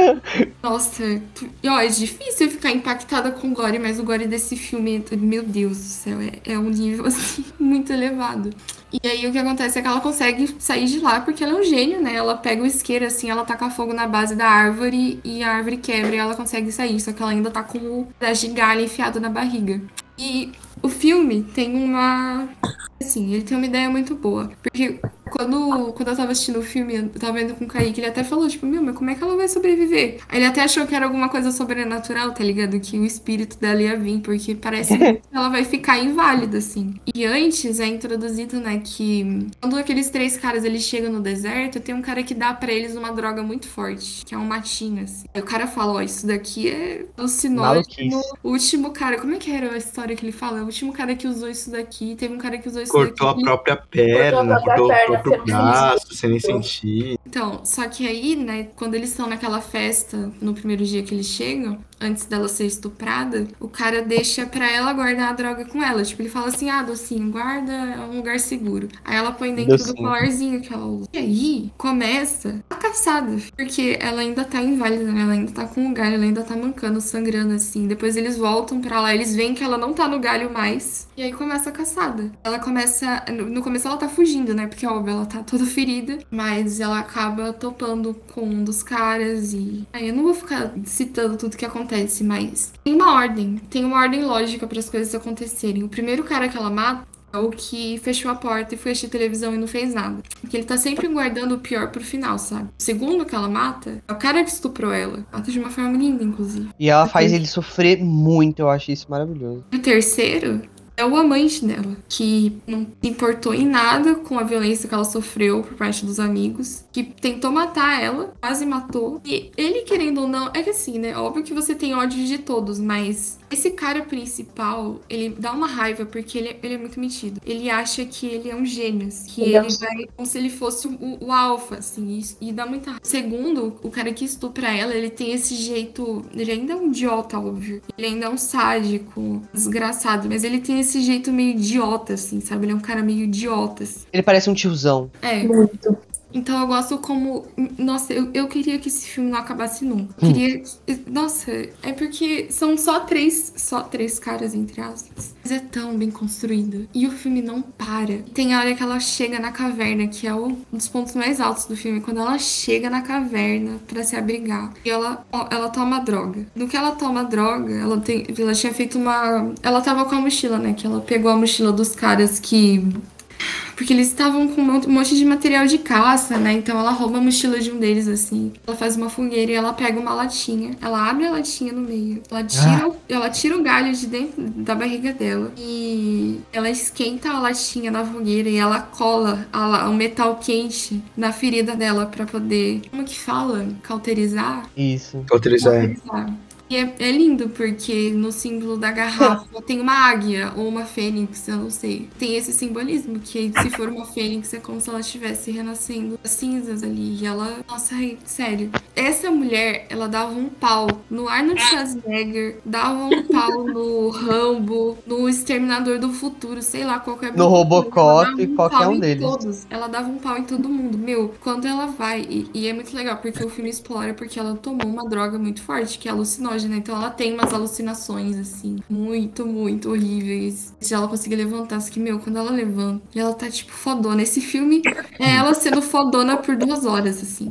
Nossa, e ó, é difícil ficar impactada com o gore, mas o gore desse filme, meu Deus do céu, é um nível assim muito elevado. E aí o que acontece é que ela consegue sair de lá porque ela é um gênio, né? Ela pega o isqueiro assim, ela taca fogo na base da árvore e a árvore quebra e ela consegue sair, só que ela ainda tá com o pedaço de galho enfiado na barriga. E o filme tem uma. Assim, ele tem uma ideia muito boa. Porque quando eu tava assistindo o filme, eu tava vendo com o Kaique, ele até falou, tipo, meu, mas como é que ela vai sobreviver? Aí ele até achou que era alguma coisa sobrenatural, tá ligado? Que o espírito dela ia vir, porque parece que ela vai ficar inválida, assim. E antes é introduzido, né, que quando aqueles 3 caras eles chegam no deserto, tem um cara que dá pra eles uma droga muito forte, que é um matinho, assim. Aí o cara fala, ó, isso daqui é alucinógeno. Maluquice. O último cara, como é que era a história que ele fala? O último cara que usou isso daqui, teve um cara que usou isso Cortou a daqui. própria perna, cortou o próprio braço, sem nem sentir. sentir. Então, só que aí, né, quando eles estão naquela festa, no primeiro dia que eles chegam, antes dela ser estuprada, o cara deixa pra ela guardar a droga com ela. Tipo, ele fala assim, docinho, guarda, é um lugar seguro. Aí ela põe dentro do Docinho. colarzinho que ela usa. E aí, começa a caçada. Porque ela ainda tá inválida, né? Ela ainda tá com o galho, ela ainda tá mancando, sangrando, assim. Depois eles voltam pra lá, eles veem que ela não tá no galho mais. E aí começa a caçada. Ela começa... No começo ela tá fugindo, né? Porque, óbvio, ela tá toda ferida. Mas ela acaba topando com um dos caras e... Aí eu não vou ficar citando tudo que acontece, mas... Tem uma ordem lógica para as coisas acontecerem. O primeiro cara que ela mata é o que fechou a porta e foi assistir televisão e não fez nada. Porque ele tá sempre guardando o pior pro final, sabe? O segundo que ela mata é o cara que estuprou ela. Mata de uma forma linda, inclusive. E ela faz ele sofrer muito, eu acho isso maravilhoso. E o terceiro é o amante dela, que não se importou em nada com a violência que ela sofreu por parte dos amigos, que tentou matar ela, quase matou. E ele, querendo ou não, é que assim, né? Óbvio que você tem ódio de todos, mas esse cara principal, ele dá uma raiva porque ele é muito metido. Ele acha que ele é um gênio, que ele vai como se ele fosse o alfa, assim, e dá muita raiva. Segundo, o cara que estupra ela, ele tem esse jeito, ele ainda é um idiota, óbvio. Ele ainda é um sádico, desgraçado, mas ele tem esse jeito meio idiota, assim, sabe? Ele é um cara meio idiota, assim. Ele parece um tiozão. É. Muito. Então eu gosto como... Nossa, eu queria que esse filme não acabasse nunca. Nossa, é porque são só três caras, entre aspas. Mas é tão bem construído. E o filme não para. Tem a hora que ela chega na caverna, que é um dos pontos mais altos do filme. Quando ela chega na caverna pra se abrigar. E ela toma droga. No que ela toma droga, ela tinha feito uma... Ela tava com a mochila, né? Que ela pegou a mochila dos caras que... Porque eles estavam com um monte de material de caça, né? Então ela rouba a mochila de um deles, assim. Ela faz uma fogueira e ela pega uma latinha. Ela abre a latinha no meio. Ela tira o galho de dentro da barriga dela. E ela esquenta a latinha na fogueira e ela cola o metal quente na ferida dela pra poder... Como que fala? Cauterizar? Isso. Cauterizar. E é lindo, porque no símbolo da garrafa tem uma águia ou uma fênix, eu não sei. Tem esse simbolismo, que se for uma fênix é como se ela estivesse renascendo das cinzas ali. E ela... Nossa, sério. Essa mulher, ela dava um pau no Arnold Schwarzenegger, dava um pau no Rambo, no Exterminador do Futuro, sei lá, qualquer... No Robocop, qualquer um deles. Todos. Ela dava um pau em todo mundo. Meu, quando ela vai... E é muito legal, porque o filme explora porque ela tomou uma droga muito forte, que é alucinógena. Então ela tem umas alucinações, assim, muito, muito horríveis. Se ela conseguir levantar, assim, que, meu, quando ela levanta, e ela tá, tipo, fodona. Esse filme é ela sendo fodona por 2 horas, assim.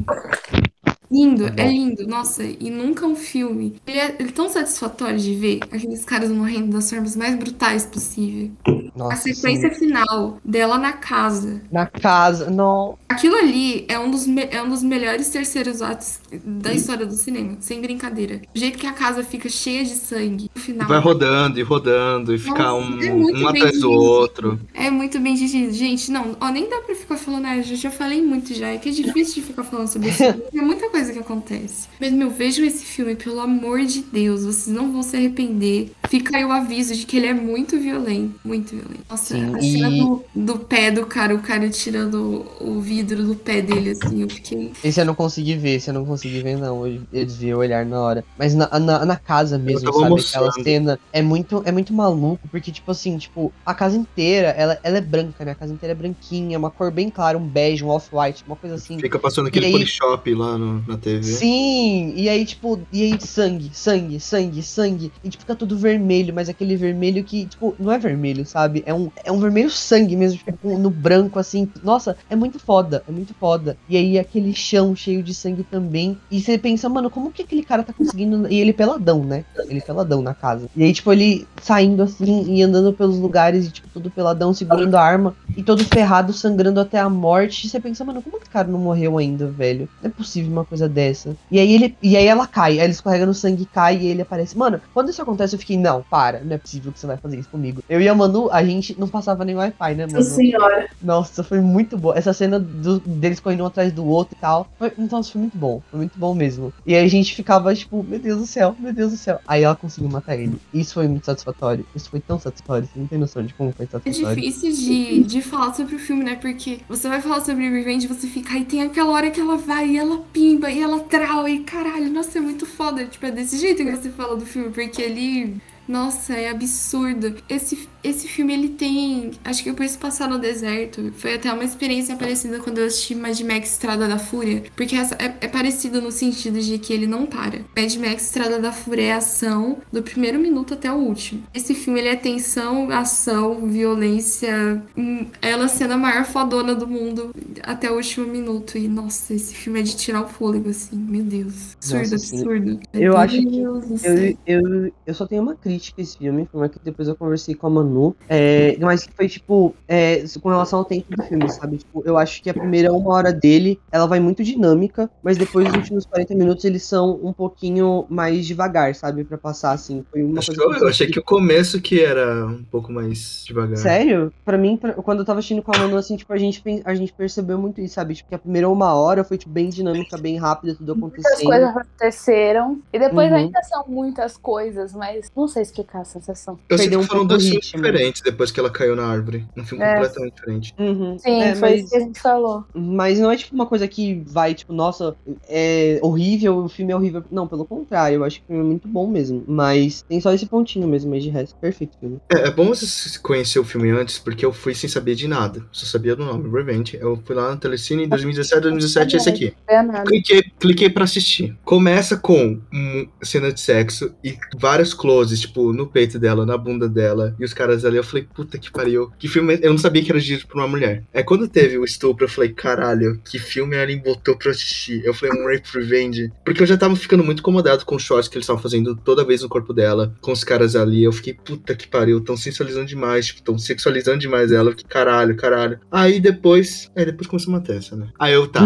Lindo, é lindo, nossa, e nunca um filme. Ele é tão satisfatório de ver aqueles caras morrendo das formas mais brutais possível. Nossa, A sequência final dela na casa. Na casa, não. Aquilo ali é um dos melhores terceiros atos da história do cinema, sem brincadeira. O jeito que a casa fica cheia de sangue no final. Vai rodando e fica um atrás do outro. É muito bem dirigido. Gente, não, nem dá pra ficar falando, eu já falei muito já. É que é difícil de ficar falando sobre isso. É muita coisa que acontece. Mas, vejam esse filme, pelo amor de Deus. Vocês não vão se arrepender. Fica aí o aviso de que ele é muito violento. Muito violento. Nossa, a cena do pé do cara, o cara tirando o vidro do pé dele, assim, eu fiquei... Esse eu não consegui ver, não. Eu desviei o olhar na hora. Mas na casa mesmo, sabe? Mostrando. Aquela cena é muito maluco, porque, tipo assim, a casa inteira, ela é branca, né? A casa inteira é branquinha, uma cor bem clara, um bege, um off-white, uma coisa assim. Fica passando aquele Polishop lá na TV. Sim, e aí sangue. E, fica tudo vermelho, mas aquele vermelho que, não é vermelho, sabe? É um vermelho sangue mesmo, no branco, assim. Nossa, é muito foda. E aí aquele chão cheio de sangue também. E você pensa, mano, como que aquele cara tá conseguindo... E ele peladão, né? Ele peladão na casa. E aí, ele saindo assim e andando pelos lugares, e todo peladão, segurando a arma. E todo ferrado, sangrando até a morte. E você pensa, mano, como que o cara não morreu ainda, velho? Não é possível uma coisa dessa. E aí ela cai. Aí ele escorrega no sangue, cai e ele aparece. Mano, quando isso acontece, eu fiquei, não é possível que você vai fazer isso comigo. Eu e a Manu, a gente não passava nem Wi-Fi, né, mano? Nossa senhora. Nossa, foi muito boa. Essa cena deles correndo um atrás do outro e tal. Nossa, foi muito bom. Foi muito bom mesmo. E aí a gente ficava, meu Deus do céu. Aí ela conseguiu matar ele. Isso foi muito satisfatório. Isso foi tão satisfatório. Você não tem noção de como foi satisfatório. É difícil de falar sobre o filme, né? Porque você vai falar sobre Revenge, você fica, aí tem aquela hora que ela vai, e ela pimba, e ela trau, e caralho, nossa, é muito foda. É desse jeito que você fala do filme, porque ele... Nossa, é absurdo. Esse filme, ele tem... Acho que depois de passar no deserto, foi até uma experiência parecida quando eu assisti Mad Max Estrada da Fúria. Porque é parecido no sentido de que ele não para. Mad Max Estrada da Fúria é ação do primeiro minuto até o último. Esse filme, ele é tensão, ação, violência. Ela sendo a maior fodona do mundo até o último minuto. E, nossa, esse filme é de tirar o fôlego, assim. Meu Deus. Absurdo. Eu acho que... Eu só tenho uma crítica a esse filme, como é que depois eu conversei com a Manu, mas que foi, com relação ao tempo do filme, sabe? Eu acho que a primeira 1 hora dele, ela vai muito dinâmica, mas depois os últimos 40 minutos, eles são um pouquinho mais devagar, sabe? Pra passar, assim. Foi uma coisa eu achei que o começo que era um pouco mais devagar. Sério? Pra mim, quando eu tava assistindo com a Manu, assim, a gente percebeu muito isso, sabe? Que a primeira 1 hora foi, bem dinâmica, bem rápida, tudo acontecendo. Muitas coisas aconteceram, e depois ainda são muitas coisas, mas não sei explicar a sensação. Eu sei que foram 2 filmes diferentes depois que ela caiu na árvore. Um filme completamente diferente. Sim, foi isso que a gente falou. Mas não é uma coisa que vai, nossa, é horrível, o filme é horrível. Não, pelo contrário, eu acho que o filme é muito bom mesmo. Mas tem só esse pontinho mesmo, mas de resto, perfeito filme. É bom você conhecer o filme antes, porque eu fui sem saber de nada. Só sabia do nome, Revenge. Eu fui lá no Telecine em 2017, esse aqui. Cliquei pra assistir. Começa com cena de sexo e vários closes, no peito dela, na bunda dela, e os caras ali, eu falei, puta que pariu, que filme, eu não sabia que era dirigido por uma mulher. Quando teve o estupro, eu falei, caralho, que filme ela botou pra assistir? Eu falei, Rape Revenge, porque eu já tava ficando muito incomodado com os shorts que eles estavam fazendo toda vez no corpo dela, com os caras ali, eu fiquei, puta que pariu, tão sensualizando demais, tão sexualizando demais ela, eu fiquei, caralho. Aí depois começou uma testa, né?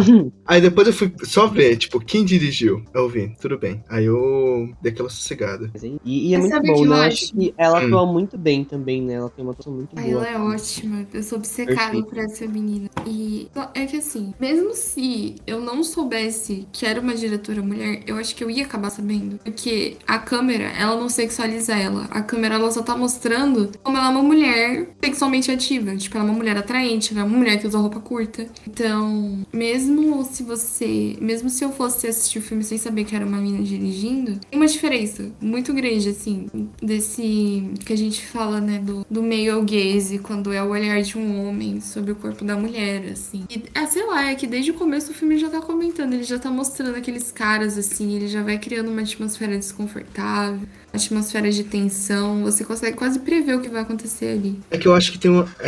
Aí depois eu fui só ver, quem dirigiu? Eu vi, tudo bem. Aí eu dei aquela sossegada. E é muito bom, né? Eu acho que ela atua muito bem também, né? Ela tem uma atuação muito boa. Ela é ótima. Eu sou obcecada por essa menina. E é que assim, mesmo se eu não soubesse que era uma diretora mulher, eu acho que eu ia acabar sabendo. Porque a câmera, ela não sexualiza ela. A câmera, ela só tá mostrando como ela é uma mulher sexualmente ativa. Ela é uma mulher atraente, ela é uma mulher que usa roupa curta. Então, mesmo se eu fosse assistir o filme sem saber que era uma menina dirigindo, tem uma diferença muito grande, assim, desse que a gente fala, né, do male gaze, quando é o olhar de um homem sobre o corpo da mulher, assim. E, sei lá, é que desde o começo o filme já tá comentando, ele já tá mostrando aqueles caras, assim, ele já vai criando uma atmosfera desconfortável, atmosfera de tensão, você consegue quase prever o que vai acontecer ali. É que eu acho que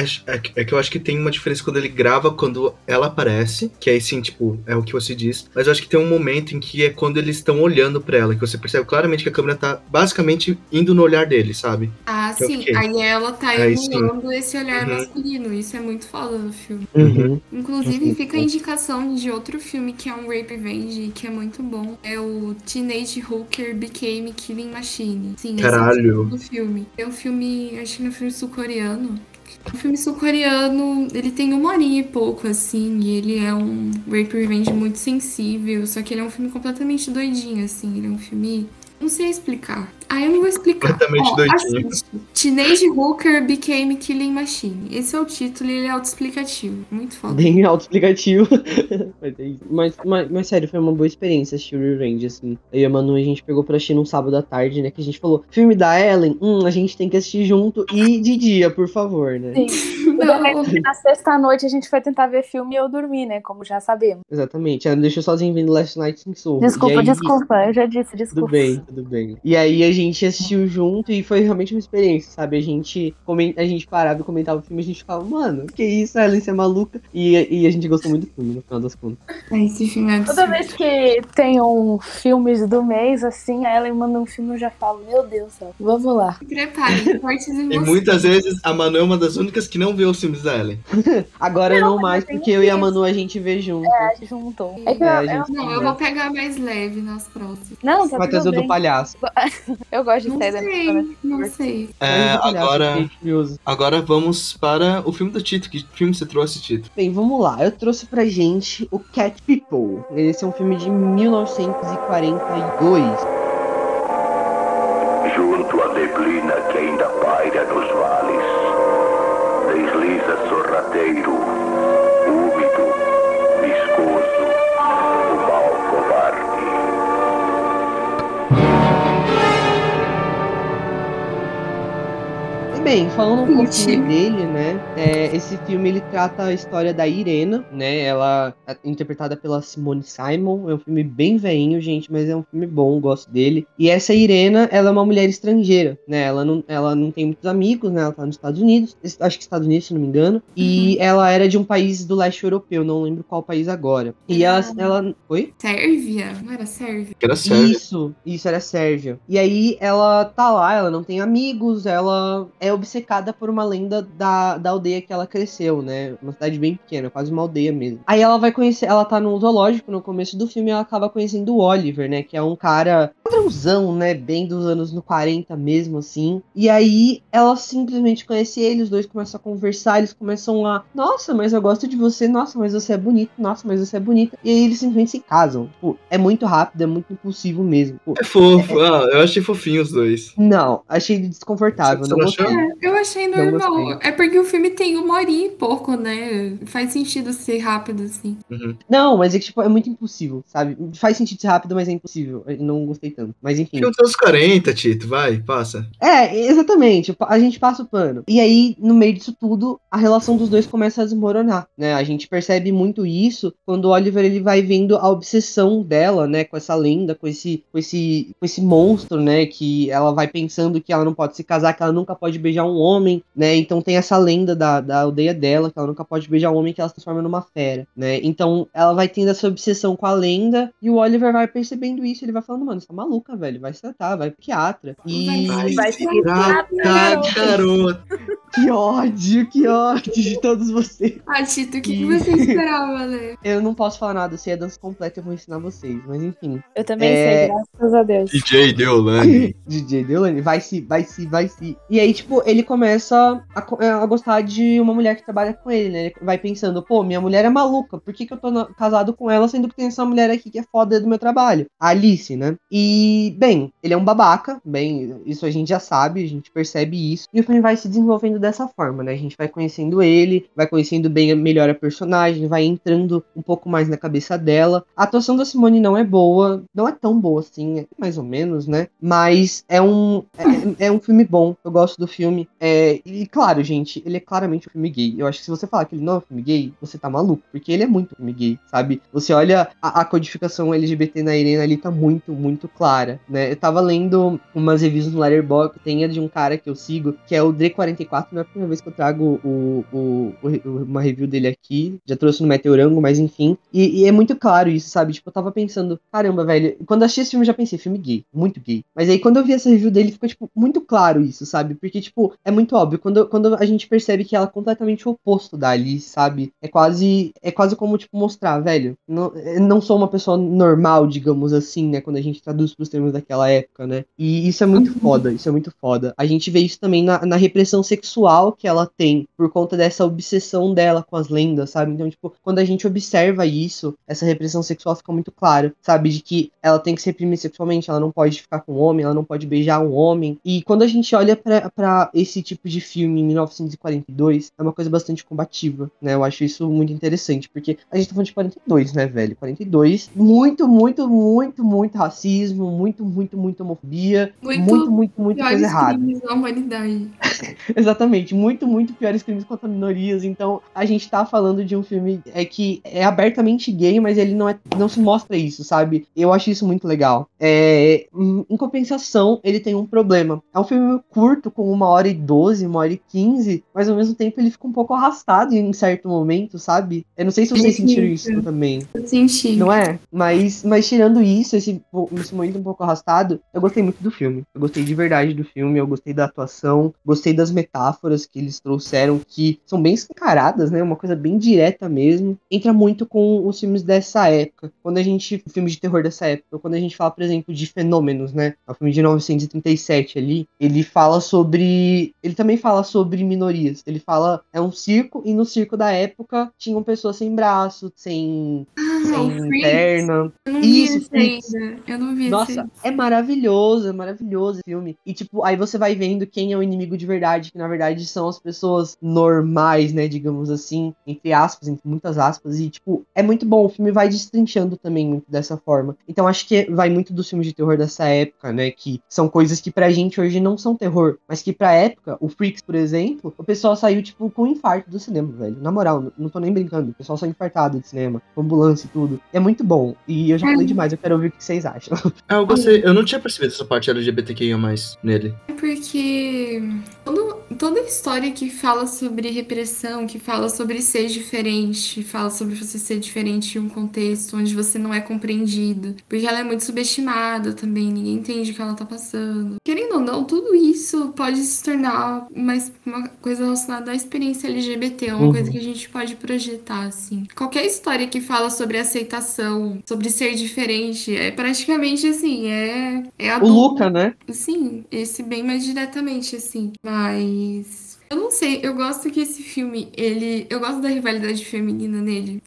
tem uma diferença quando ele grava, quando ela aparece, que aí sim, é o que você diz, mas eu acho que tem um momento em que é quando eles estão olhando pra ela, que você percebe claramente que a câmera tá basicamente indo indo no olhar dele, sabe? Ah, Que eu sim. fiquei. Aí ela tá Aí sim. emulando esse olhar Uhum. masculino. Isso é muito foda no filme. Uhum. Inclusive, fica a indicação de outro filme que é um Rape Revenge, que é muito bom. É o Teenage Hooker Became Killing Machine. Sim, esse é o Caralho. título do filme. É um filme, acho que é um filme sul-coreano. O filme sul-coreano, ele tem 1 horinha e pouco, assim, e ele é um Rape Revenge muito sensível, só que ele é um filme completamente doidinho, assim, ele é um filme... Não sei explicar. Ah, eu não vou explicar. Completamente doidinho. Assiste. Teenage Hooker Became Killing Machine. Esse é o título e ele é autoexplicativo. Muito foda. Bem autoexplicativo. mas sério, foi uma boa experiência assistir o Revenge, assim. Eu e a Manu, a gente pegou pra assistir num sábado à tarde, né? Que a gente falou, filme da Ellen, a gente tem que assistir junto e de dia, por favor, né? Sim. Não. Na sexta-noite a gente foi tentar ver filme e eu dormi, né? Como já sabemos. Exatamente. Ela me deixou sozinho vendo Last Night in Soho. Desculpa, eu já disse, desculpa. Tudo bem. E aí a gente assistiu junto e foi realmente uma experiência, sabe? A gente parava e comentava o filme e a gente ficava, mano, que isso, a Ellen, você é maluca? E a gente gostou muito do filme, no final das contas. Esse filme é absurdo. Toda vez que tem um filmes do mês, assim, a Ellen manda um filme e eu já falo, meu Deus do céu, vamos lá. Se prepare, fortes E emoções. muitas vezes a Manu é uma das únicas que não vê os filmes da Ellen. Agora não mas mais, eu tenho porque eu e a visto. Manu a gente vê junto. É, juntou. É que a eu gente Não, eu vou pegar mais leve nas próximas. Não, tá vai tudo trazer o bem. do palhaço. Eu gosto de Não sair da minha sei, não sei. Agora vamos para o filme do Tito. Que filme você trouxe, Tito? Bem, vamos lá. Eu trouxe pra gente o Cat People. Esse é um filme de 1942. Junto à neblina que ainda paira nos vales, desliza sorrateiro, úmido, viscoso, o mal covarde. Bem, falando um pouquinho dele, né? Esse filme ele trata a história da Irena, né? Ela é interpretada pela Simone Simon. É um filme bem veinho, gente, mas é um filme bom, gosto dele. E essa Irena, ela é uma mulher estrangeira, né? Ela não tem muitos amigos, né? Ela tá nos Estados Unidos, acho que Estados Unidos, se não me engano. E ela era de um país do leste europeu, não lembro qual país agora. E ela... Oi? Sérvia? Não era Sérvia? Era Sérvia. Isso, era Sérvia. E aí ela tá lá, ela não tem amigos, ela é obcecada por uma lenda da aldeia que ela cresceu, né? Uma cidade bem pequena, quase uma aldeia mesmo. Aí ela vai conhecer, ela tá no zoológico no começo do filme e ela acaba conhecendo o Oliver, né? Que é um cara padrãozão, né? Bem dos anos 40 mesmo, assim. E aí ela simplesmente conhece ele, os dois começam a conversar, eles começam a... Nossa, mas eu gosto de você. Nossa, mas você é bonito. Nossa, mas você é bonita. E aí eles simplesmente se casam. Tipo, é muito rápido, é muito impulsivo mesmo. Tipo, é fofo. Eu achei fofinho os dois. Não, achei desconfortável. Você não gostei. Eu achei normal. É porque o filme tem 1 horinha e pouco, né? Faz sentido ser rápido, assim. Uhum. Não, mas é que, tipo, é muito impossível, sabe? Faz sentido ser rápido, mas é impossível. Eu não gostei tanto. Mas enfim. Filme dos 40, Tito. Vai, passa. Exatamente. A gente passa o pano. E aí, no meio disso tudo, a relação dos dois começa a desmoronar, né? A gente percebe muito isso quando o Oliver, ele vai vendo a obsessão dela, né? Com essa lenda, com esse monstro, né? Que ela vai pensando que ela não pode se casar, que ela nunca pode beijar um homem, né? Então tem essa lenda da aldeia dela, que ela nunca pode beijar um homem, que ela se transforma numa fera, né? Então ela vai tendo essa obsessão com a lenda e o Oliver vai percebendo isso, ele vai falando, mano, você tá maluca, velho, vai se tratar, vai pro psiquiatra. E vai se tratar, garoto. Que ódio de todos vocês. Ah, Tito, o que você esperava, né? Eu não posso falar nada, eu sei a dança completa, eu vou ensinar vocês, mas enfim. Eu também sei, graças a Deus. DJ Deolane. DJ Deolane, vai se. E aí, tipo, ele começa a gostar de uma mulher que trabalha com ele, né? Ele vai pensando, pô, minha mulher é maluca, por que eu tô casado com ela, sendo que tem essa mulher aqui que é foda do meu trabalho? A Alice, né? E, bem, ele é um babaca, bem, isso a gente já sabe, a gente percebe isso. E o filme vai se desenvolvendo dessa forma, né? A gente vai conhecendo ele, vai conhecendo bem melhor a personagem, vai entrando um pouco mais na cabeça dela. A atuação da Simone não é boa, não é tão boa assim, é mais ou menos, né? Mas é um filme bom, eu gosto do filme. E claro, gente, ele é claramente um filme gay. Eu acho que se você falar que ele não é um filme gay, você tá maluco, porque ele é muito um filme gay, sabe? Você olha a codificação LGBT na Irene ali, tá muito, muito clara, né? Eu tava lendo umas reviews no Letterboxd, tem a de um cara que eu sigo, que é o Dre44, não é a primeira vez que eu trago uma review dele aqui, já trouxe no Meteorango, mas enfim. E é muito claro isso, sabe? Tipo, eu tava pensando, caramba, velho, quando eu assisti esse filme eu já pensei, filme gay, muito gay. Mas aí quando eu vi essa review dele, ficou, tipo, muito claro isso, sabe? Porque, tipo, é muito óbvio, quando a gente percebe que ela é completamente o oposto da Alice, sabe? É quase como, tipo, mostrar, velho, não sou uma pessoa normal, digamos assim, né? Quando a gente traduz pros termos daquela época, né? E isso é muito foda, isso é muito foda. A gente vê isso também na repressão sexual que ela tem, por conta dessa obsessão dela com as lendas, sabe? Então, tipo, quando a gente observa isso, essa repressão sexual fica muito clara, sabe? De que ela tem que se reprimir sexualmente, ela não pode ficar com um homem, ela não pode beijar um homem. E quando a gente olha pra esse tipo de filme em 1942, é uma coisa bastante combativa, né? Eu acho isso muito interessante, porque a gente tá falando de 42, né, velho? 42, muito, muito, muito, muito racismo, muito, muito, muito homofobia, muito coisa errada. Crimes da humanidade. Exatamente, muito, muito piores crimes contra minorias. Então, a gente tá falando de um filme que é abertamente gay, mas ele não se mostra isso, sabe? Eu acho isso muito legal. Em compensação, ele tem um problema. É um filme curto, com 1h12, 1h15, mas ao mesmo tempo ele fica um pouco arrastado em certo momento, sabe? Eu não sei se vocês sentiram isso também. Eu senti. Não é? Mas tirando isso, esse momento um pouco arrastado, eu gostei muito do filme. Eu gostei de verdade do filme, eu gostei da atuação, gostei das metáforas que eles trouxeram, que são bem escancaradas, né? Uma coisa bem direta mesmo. Entra muito com os filmes dessa época. Filmes de terror dessa época. Quando a gente fala, por exemplo, de Fenômenos, né? É o filme de 1937 ali. Ele também fala sobre minorias. Ele fala, é um circo, e no circo da época tinham pessoas sem braço, sem perna. Eu não vi esse ainda. Eu não vi esse. Nossa, é maravilhoso esse filme. E, tipo, aí você vai vendo quem é o inimigo de verdade, que na verdade são as pessoas normais, né, digamos assim, entre aspas, entre muitas aspas, e, tipo, é muito bom. O filme vai destrinchando também muito dessa forma. Então, acho que vai muito dos filmes de terror dessa época, né, que são coisas que pra gente hoje não são terror, mas que pra época, o Freaks, por exemplo, o pessoal saiu, tipo, com um infarto do cinema, velho. Na moral, não tô nem brincando. O pessoal saiu infartado de cinema, com ambulância e tudo. É muito bom. E eu já falei demais, eu quero ouvir o que vocês acham. Eu gostei. Eu não tinha percebido essa parte LGBTQIA+, nele. É porque toda história que fala sobre repressão, que fala sobre ser diferente, fala sobre você ser diferente em um contexto onde você não é compreendido, porque ela é muito subestimada também, ninguém entende o que ela tá passando. Querendo ou não, tudo isso pode se tornar uma coisa relacionada à experiência LGBT, uma coisa que a gente pode projetar, assim. Qualquer história que fala sobre aceitação, sobre ser diferente, é praticamente, assim, é o Luca, né? Sim, esse bem mais diretamente, assim. Mas eu não sei, eu gosto que esse filme, eu gosto da rivalidade feminina nele.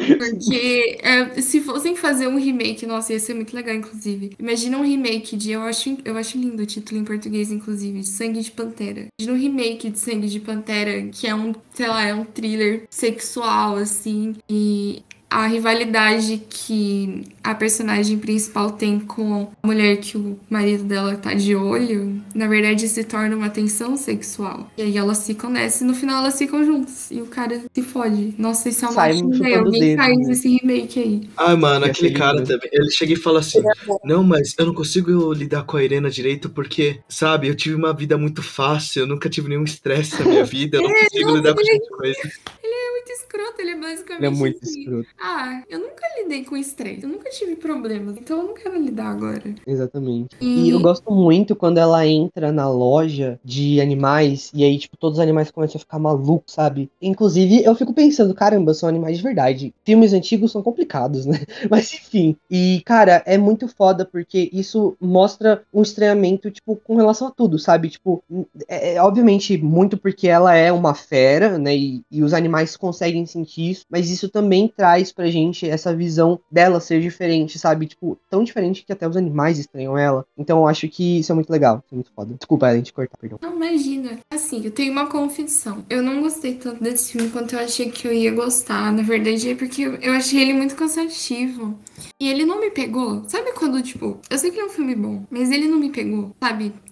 Porque se fossem fazer um remake, nossa, ia ser muito legal, inclusive. Imagina um remake eu acho lindo o título em português, inclusive, de Sangue de Pantera. Imagina um remake de Sangue de Pantera, que é um thriller sexual, assim, e a rivalidade que a personagem principal tem com a mulher que o marido dela tá de olho, na verdade se torna uma tensão sexual. E aí elas ficam nessa e no final elas ficam juntas. E o cara se fode. Nossa, isso é uma chunga. Alguém faz esse remake aí. Ai, mano, aquele cara também. Ele chega e fala assim: não, mas eu não consigo lidar com a Irena direito porque, sabe, eu tive uma vida muito fácil, eu nunca tive nenhum estresse na minha vida, eu não consigo lidar com esse tipo de coisa. Ele é muito escroto, ele é basicamente ele é muito assim. Escroto. Eu nunca lidei com estresse, eu nunca tive problemas, então eu não quero lidar agora. Exatamente. E eu gosto muito quando ela entra na loja de animais e aí, tipo, todos os animais começam a ficar malucos, sabe? Inclusive, eu fico pensando, caramba, são animais de verdade. Filmes antigos são complicados, né? Mas enfim. E, cara, é muito foda porque isso mostra um estranhamento, tipo, com relação a tudo, sabe? Tipo, obviamente muito porque ela é uma fera, né? E os animais conseguem sentir isso, mas isso também traz pra gente essa visão dela ser diferente, sabe? Tipo, tão diferente que até os animais estranham ela. Então eu acho que isso é muito legal, isso é muito foda. Desculpa, Ellen, te cortar, perdão. Não, imagina. Assim, eu tenho uma confissão. Eu não gostei tanto desse filme quanto eu achei que eu ia gostar. Na verdade, é porque eu achei ele muito cansativo. E ele não me pegou. Sabe quando, tipo, eu sei que é um filme bom, mas ele não me pegou, sabe?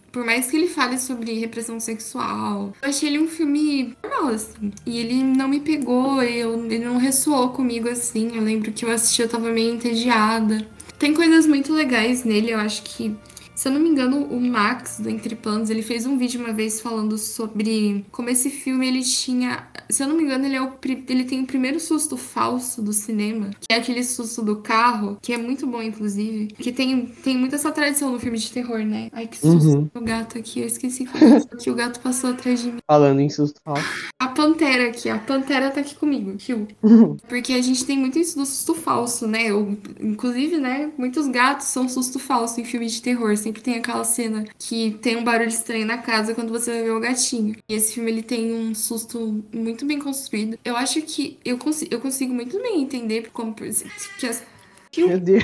por mais que ele fale sobre repressão sexual, eu achei ele um filme normal, assim. E ele não me pegou, ele não ressoou comigo, assim. Eu lembro que eu assisti, eu tava meio entediada. Tem coisas muito legais nele, eu acho que... Se eu não me engano, o Max, do Entre Planos, ele fez um vídeo uma vez falando sobre como esse filme, ele tinha... Se eu não me engano, ele tem o primeiro susto falso do cinema, que é aquele susto do carro, que é muito bom, inclusive. Porque tem muito essa tradição no filme de terror, né? Ai, que susto do gato aqui. Eu esqueci que o gato passou atrás de mim. Falando em susto falso. A Pantera aqui, a Pantera tá aqui comigo, tio. Porque a gente tem muito isso do susto falso, né? Inclusive, né, muitos gatos são susto falso em filme de terror. Sempre tem aquela cena que tem um barulho estranho na casa quando você vai ver o gatinho. E esse filme, ele tem um susto muito bem construído. Eu acho que eu consigo muito bem entender como que as... Meu Deus.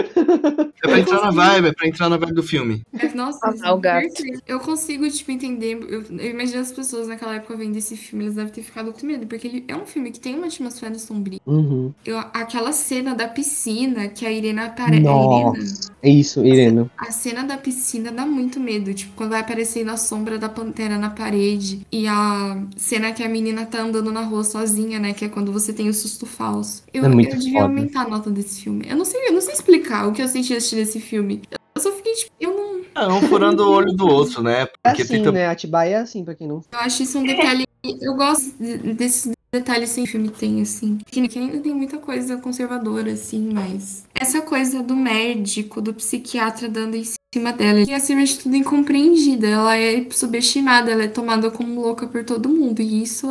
É pra entrar na vibe do filme. Nossa, o gato. Eu consigo, tipo, entender. Eu imagino as pessoas naquela época vendo esse filme, eles devem ter ficado com medo, porque ele é um filme que tem uma atmosfera sombria. Aquela cena da piscina que a Irena aparece. Nossa, é isso, Irena. A cena da piscina dá muito medo, tipo, quando vai aparecendo a sombra da pantera na parede. E a cena que a menina tá andando na rua sozinha, né? Que é quando você tem o susto falso. Eu devia aumentar a nota desse filme. Eu não sei explicar o que eu senti assistindo esse filme. Eu só fiquei, tipo, Não, furando o olho do outro, né? Porque assim, né? Atibaia é assim, pra quem não... Eu acho isso um detalhe... Eu gosto desses detalhes que o filme tem, assim. Que ainda tem muita coisa conservadora, assim, mas... Essa coisa do médico, do psiquiatra dando em cima dela, que acima de tudo incompreendida. Ela é subestimada, ela é tomada como louca por todo mundo. E isso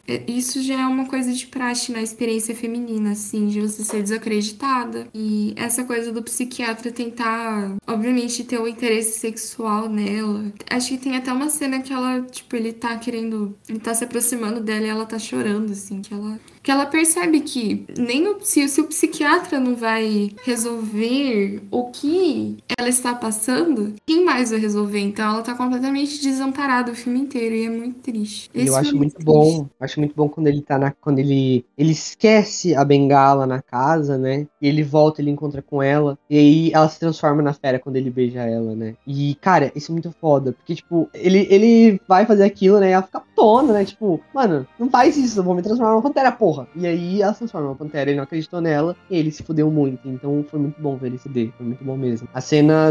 já é uma coisa de praxe na experiência feminina, assim, de você ser desacreditada. E essa coisa do psiquiatra tentar, obviamente, ter o interesse sexual nela. Acho que tem até uma cena que ela, tipo, ele tá se aproximando dela e ela tá chorando, assim, que ela percebe que nem se o psiquiatra não vai resolver o que ela está passando, quem mais vai resolver? Então ela tá completamente desamparada o filme inteiro e é muito triste. E eu acho muito bom. Acho muito bom quando ele tá quando ele esquece a bengala na casa, né? E ele volta, ele encontra com ela. E aí ela se transforma na fera quando ele beija ela, né? E, cara, isso é muito foda. Porque, tipo, ele vai fazer aquilo, né? E ela fica tona, né? Tipo, mano, não faz isso, eu vou me transformar numa pantera, porra. E aí ela se transforma numa pantera, ele não acreditou nela. E ele se fudeu muito. Então foi muito bom ver ele se fuder. Foi muito bom mesmo. A cena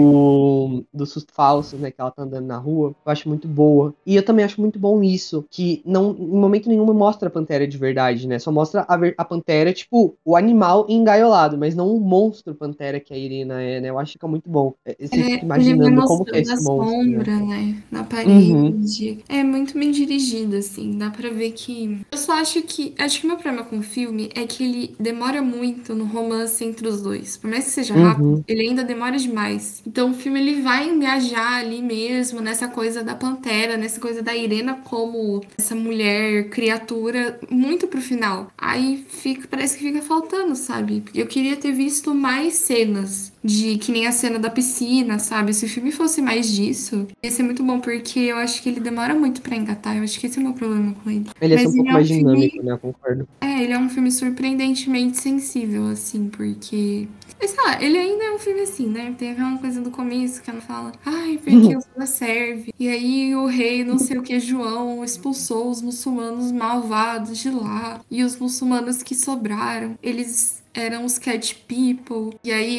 do susto falso, né? Que ela tá andando na rua, eu acho muito boa. E eu também acho muito bom isso, que não, em momento nenhum mostra a pantera de verdade, né? Só mostra a pantera, tipo, o animal engaiolado, mas não o monstro pantera que a Irina é, né? Eu acho que fica muito bom. Você fica imaginando como que é esse monstro. Sombra, né? Na parede. É muito bem dirigido, assim. Dá pra ver que... Eu só acho que o meu problema com o filme é que ele demora muito no romance entre os dois. Por mais que seja rápido, ele ainda demora demais. Então o filme, ele vai engajar ali mesmo, nessa coisa da pantera, nessa coisa da Irena como essa mulher, criatura, muito pro final. Aí parece que fica faltando, sabe? Eu queria ter visto mais cenas que nem a cena da piscina, sabe? Se o filme fosse mais disso, ia ser muito bom, porque eu acho que ele demora muito pra engatar. Eu acho que esse é o meu problema com ele. Ele é um pouco mais dinâmico, né? Eu concordo. Ele é um filme surpreendentemente sensível, assim, porque... Mas, sei lá, ele ainda é um filme assim, né? Tem aquela coisa do começo que ela fala, ai, porque o Zula serve. E aí o rei, não sei o que, João, expulsou os muçulmanos malvados de lá. E os muçulmanos que sobraram, eles eram os cat people. E aí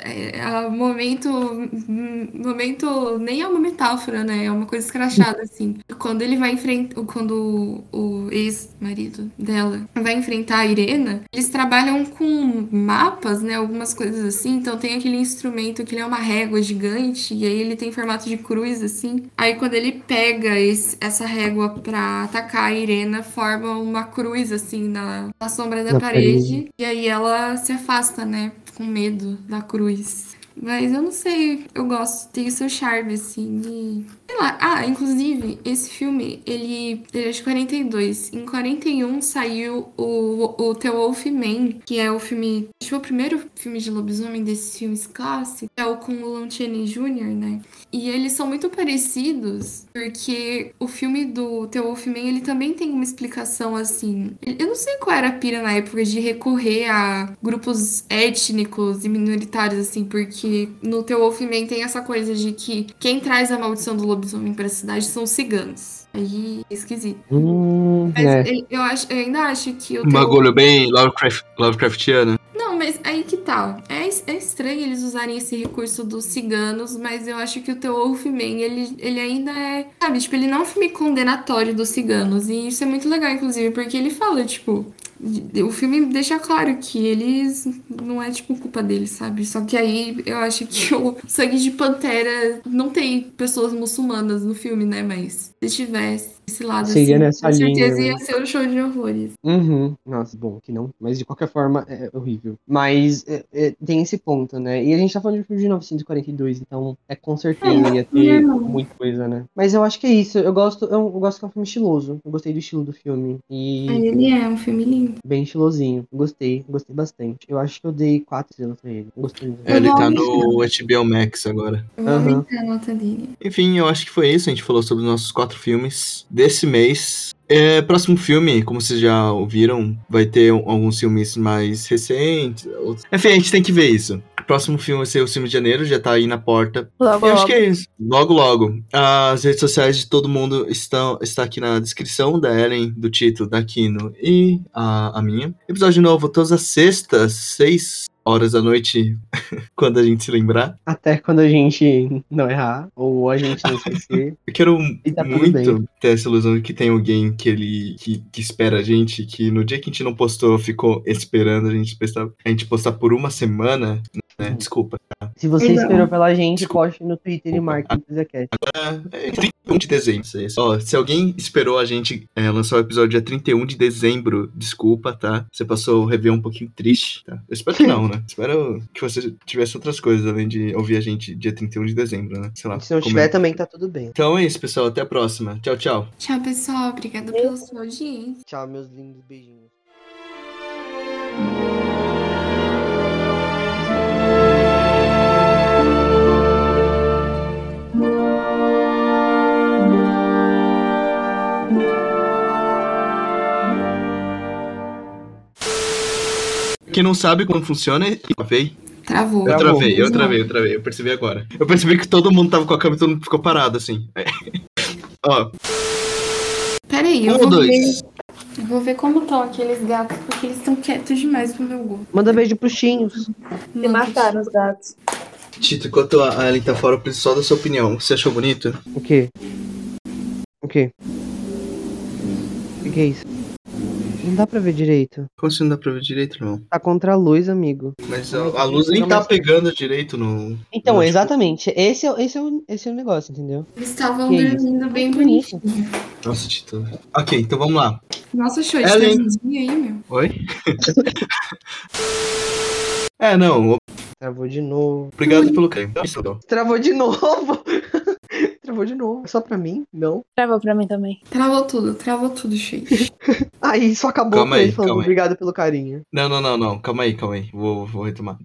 momento, nem é uma metáfora, né? É uma coisa escrachada, assim. Quando ele vai enfrentar, quando o ex-marido dela vai enfrentar a Irena, eles trabalham com mapas, né? Algumas coisas assim. Então tem aquele instrumento que ele é uma régua gigante, e aí ele tem formato de cruz, assim. Aí quando ele pega essa régua pra atacar a Irena, forma uma cruz, assim, na sombra da parede. E aí ela se afasta, né? Com medo da cruz. Mas eu não sei, eu gosto, tem o seu charme, assim. E Sei lá. Inclusive, esse filme, ele é de 42. Em 41 saiu o The Wolfman, que é o filme... Acho que foi o primeiro filme de lobisomem desses filmes clássicos. É o com o Lon Chaney Jr., né? E eles são muito parecidos, porque o filme do The Wolfman, ele também tem uma explicação, assim... Eu não sei qual era a pira na época de recorrer a grupos étnicos e minoritários, assim, porque no The Wolfman tem essa coisa de que quem traz a maldição do lobisomem pra cidade são os ciganos. Aí é esquisito. Mas eu ainda acho que o Um bagulho bem Lovecraftiano. Não, mas aí que tá. É estranho eles usarem esse recurso dos ciganos, mas eu acho que o The Wolfman, ele ainda é... Sabe, tipo, ele não é um filme condenatório dos ciganos. E isso é muito legal, inclusive, porque ele fala, tipo... O filme deixa claro que eles... Não é, tipo, culpa deles, sabe? Só que aí eu acho que o Sangue de Pantera... Não tem pessoas muçulmanas no filme, né? Mas se tivesse esse lado, seria assim, nessa com certeza linha, ia ser um show de horrores. Nossa, bom, que não. Mas de qualquer forma, é horrível. Mas tem esse ponto, né? E a gente tá falando de um filme de 1942, então com certeza ia ter muita coisa, né? Mas eu acho que é isso. Eu gosto que é um filme estiloso. Eu gostei do estilo do filme. E Ele é um filme lindo. bem estilosinho. Gostei bastante. Eu acho que eu dei 4 estrelas pra ele. Gostei muito. Ele tá no HBO Max agora. Eu vou aumentar a nota dele. Enfim, eu acho que foi isso. A gente falou sobre os nossos 4 filmes desse mês. Próximo filme, como vocês já ouviram, vai ter alguns filmes mais recentes. Enfim, a gente tem que ver isso. O próximo filme vai ser o filme de janeiro, já tá aí na porta. Logo, eu acho que é isso. Logo. As redes sociais de todo mundo está aqui na descrição, da Ellen, do Tito, da Kino e a minha. Episódio novo todas as sextas, 6 horas da noite, quando a gente se lembrar. Até quando a gente não errar, ou a gente não esquecer. Eu quero tá muito ter essa ilusão de que tem alguém que espera a gente, que no dia que a gente não postou, ficou esperando a gente postar por uma semana, né? Desculpa. Tá? Se você esperou pela gente, poste no Twitter e marque o PresaCast. Agora é 31 de dezembro. Se alguém esperou a gente lançar o episódio dia 31 de dezembro, desculpa, tá? Você passou o Réveillon um pouquinho triste, tá? Eu espero que não, né? Espero que você tivesse outras coisas além de ouvir a gente dia 31 de dezembro, né? Sei lá. Se não tiver, também tá tudo bem. Então é isso, pessoal. Até a próxima. Tchau, tchau. Tchau, pessoal. Obrigada pela sua audiência. Tchau, meus lindos beijinhos. Quem não sabe como funciona, Travou. Eu travei. Eu percebi agora. Eu percebi que todo mundo tava com a câmera e todo mundo ficou parado, assim. Ó. Peraí, eu vou ver como estão aqueles gatos, porque eles estão quietos demais pro meu gosto. Manda beijo pros chinhos. Se mataram os gatos. Tito, enquanto a Ellen tá fora, eu preciso só da sua opinião. Você achou bonito? O quê? O que é isso? Não dá pra ver direito. Como assim não dá pra ver direito, não? Tá contra a luz, amigo. Mas a luz nem tá pegando direito no... Então, exatamente. Esse é o negócio, entendeu? Eles estavam dormindo bem bonitinho. Nossa, Tito. Ok, então vamos lá. Nossa, show, Ellen... tá aí, meu. Oi? Não. Travou de novo. Obrigado pelo carinho. Travou de novo. Travou de novo. Só pra mim? Não. Travou pra mim também. Travou tudo, cheio. Aí só acabou calma com ele aí, falando calma aí. Obrigado pelo carinho. Não. Calma aí. Vou retomar.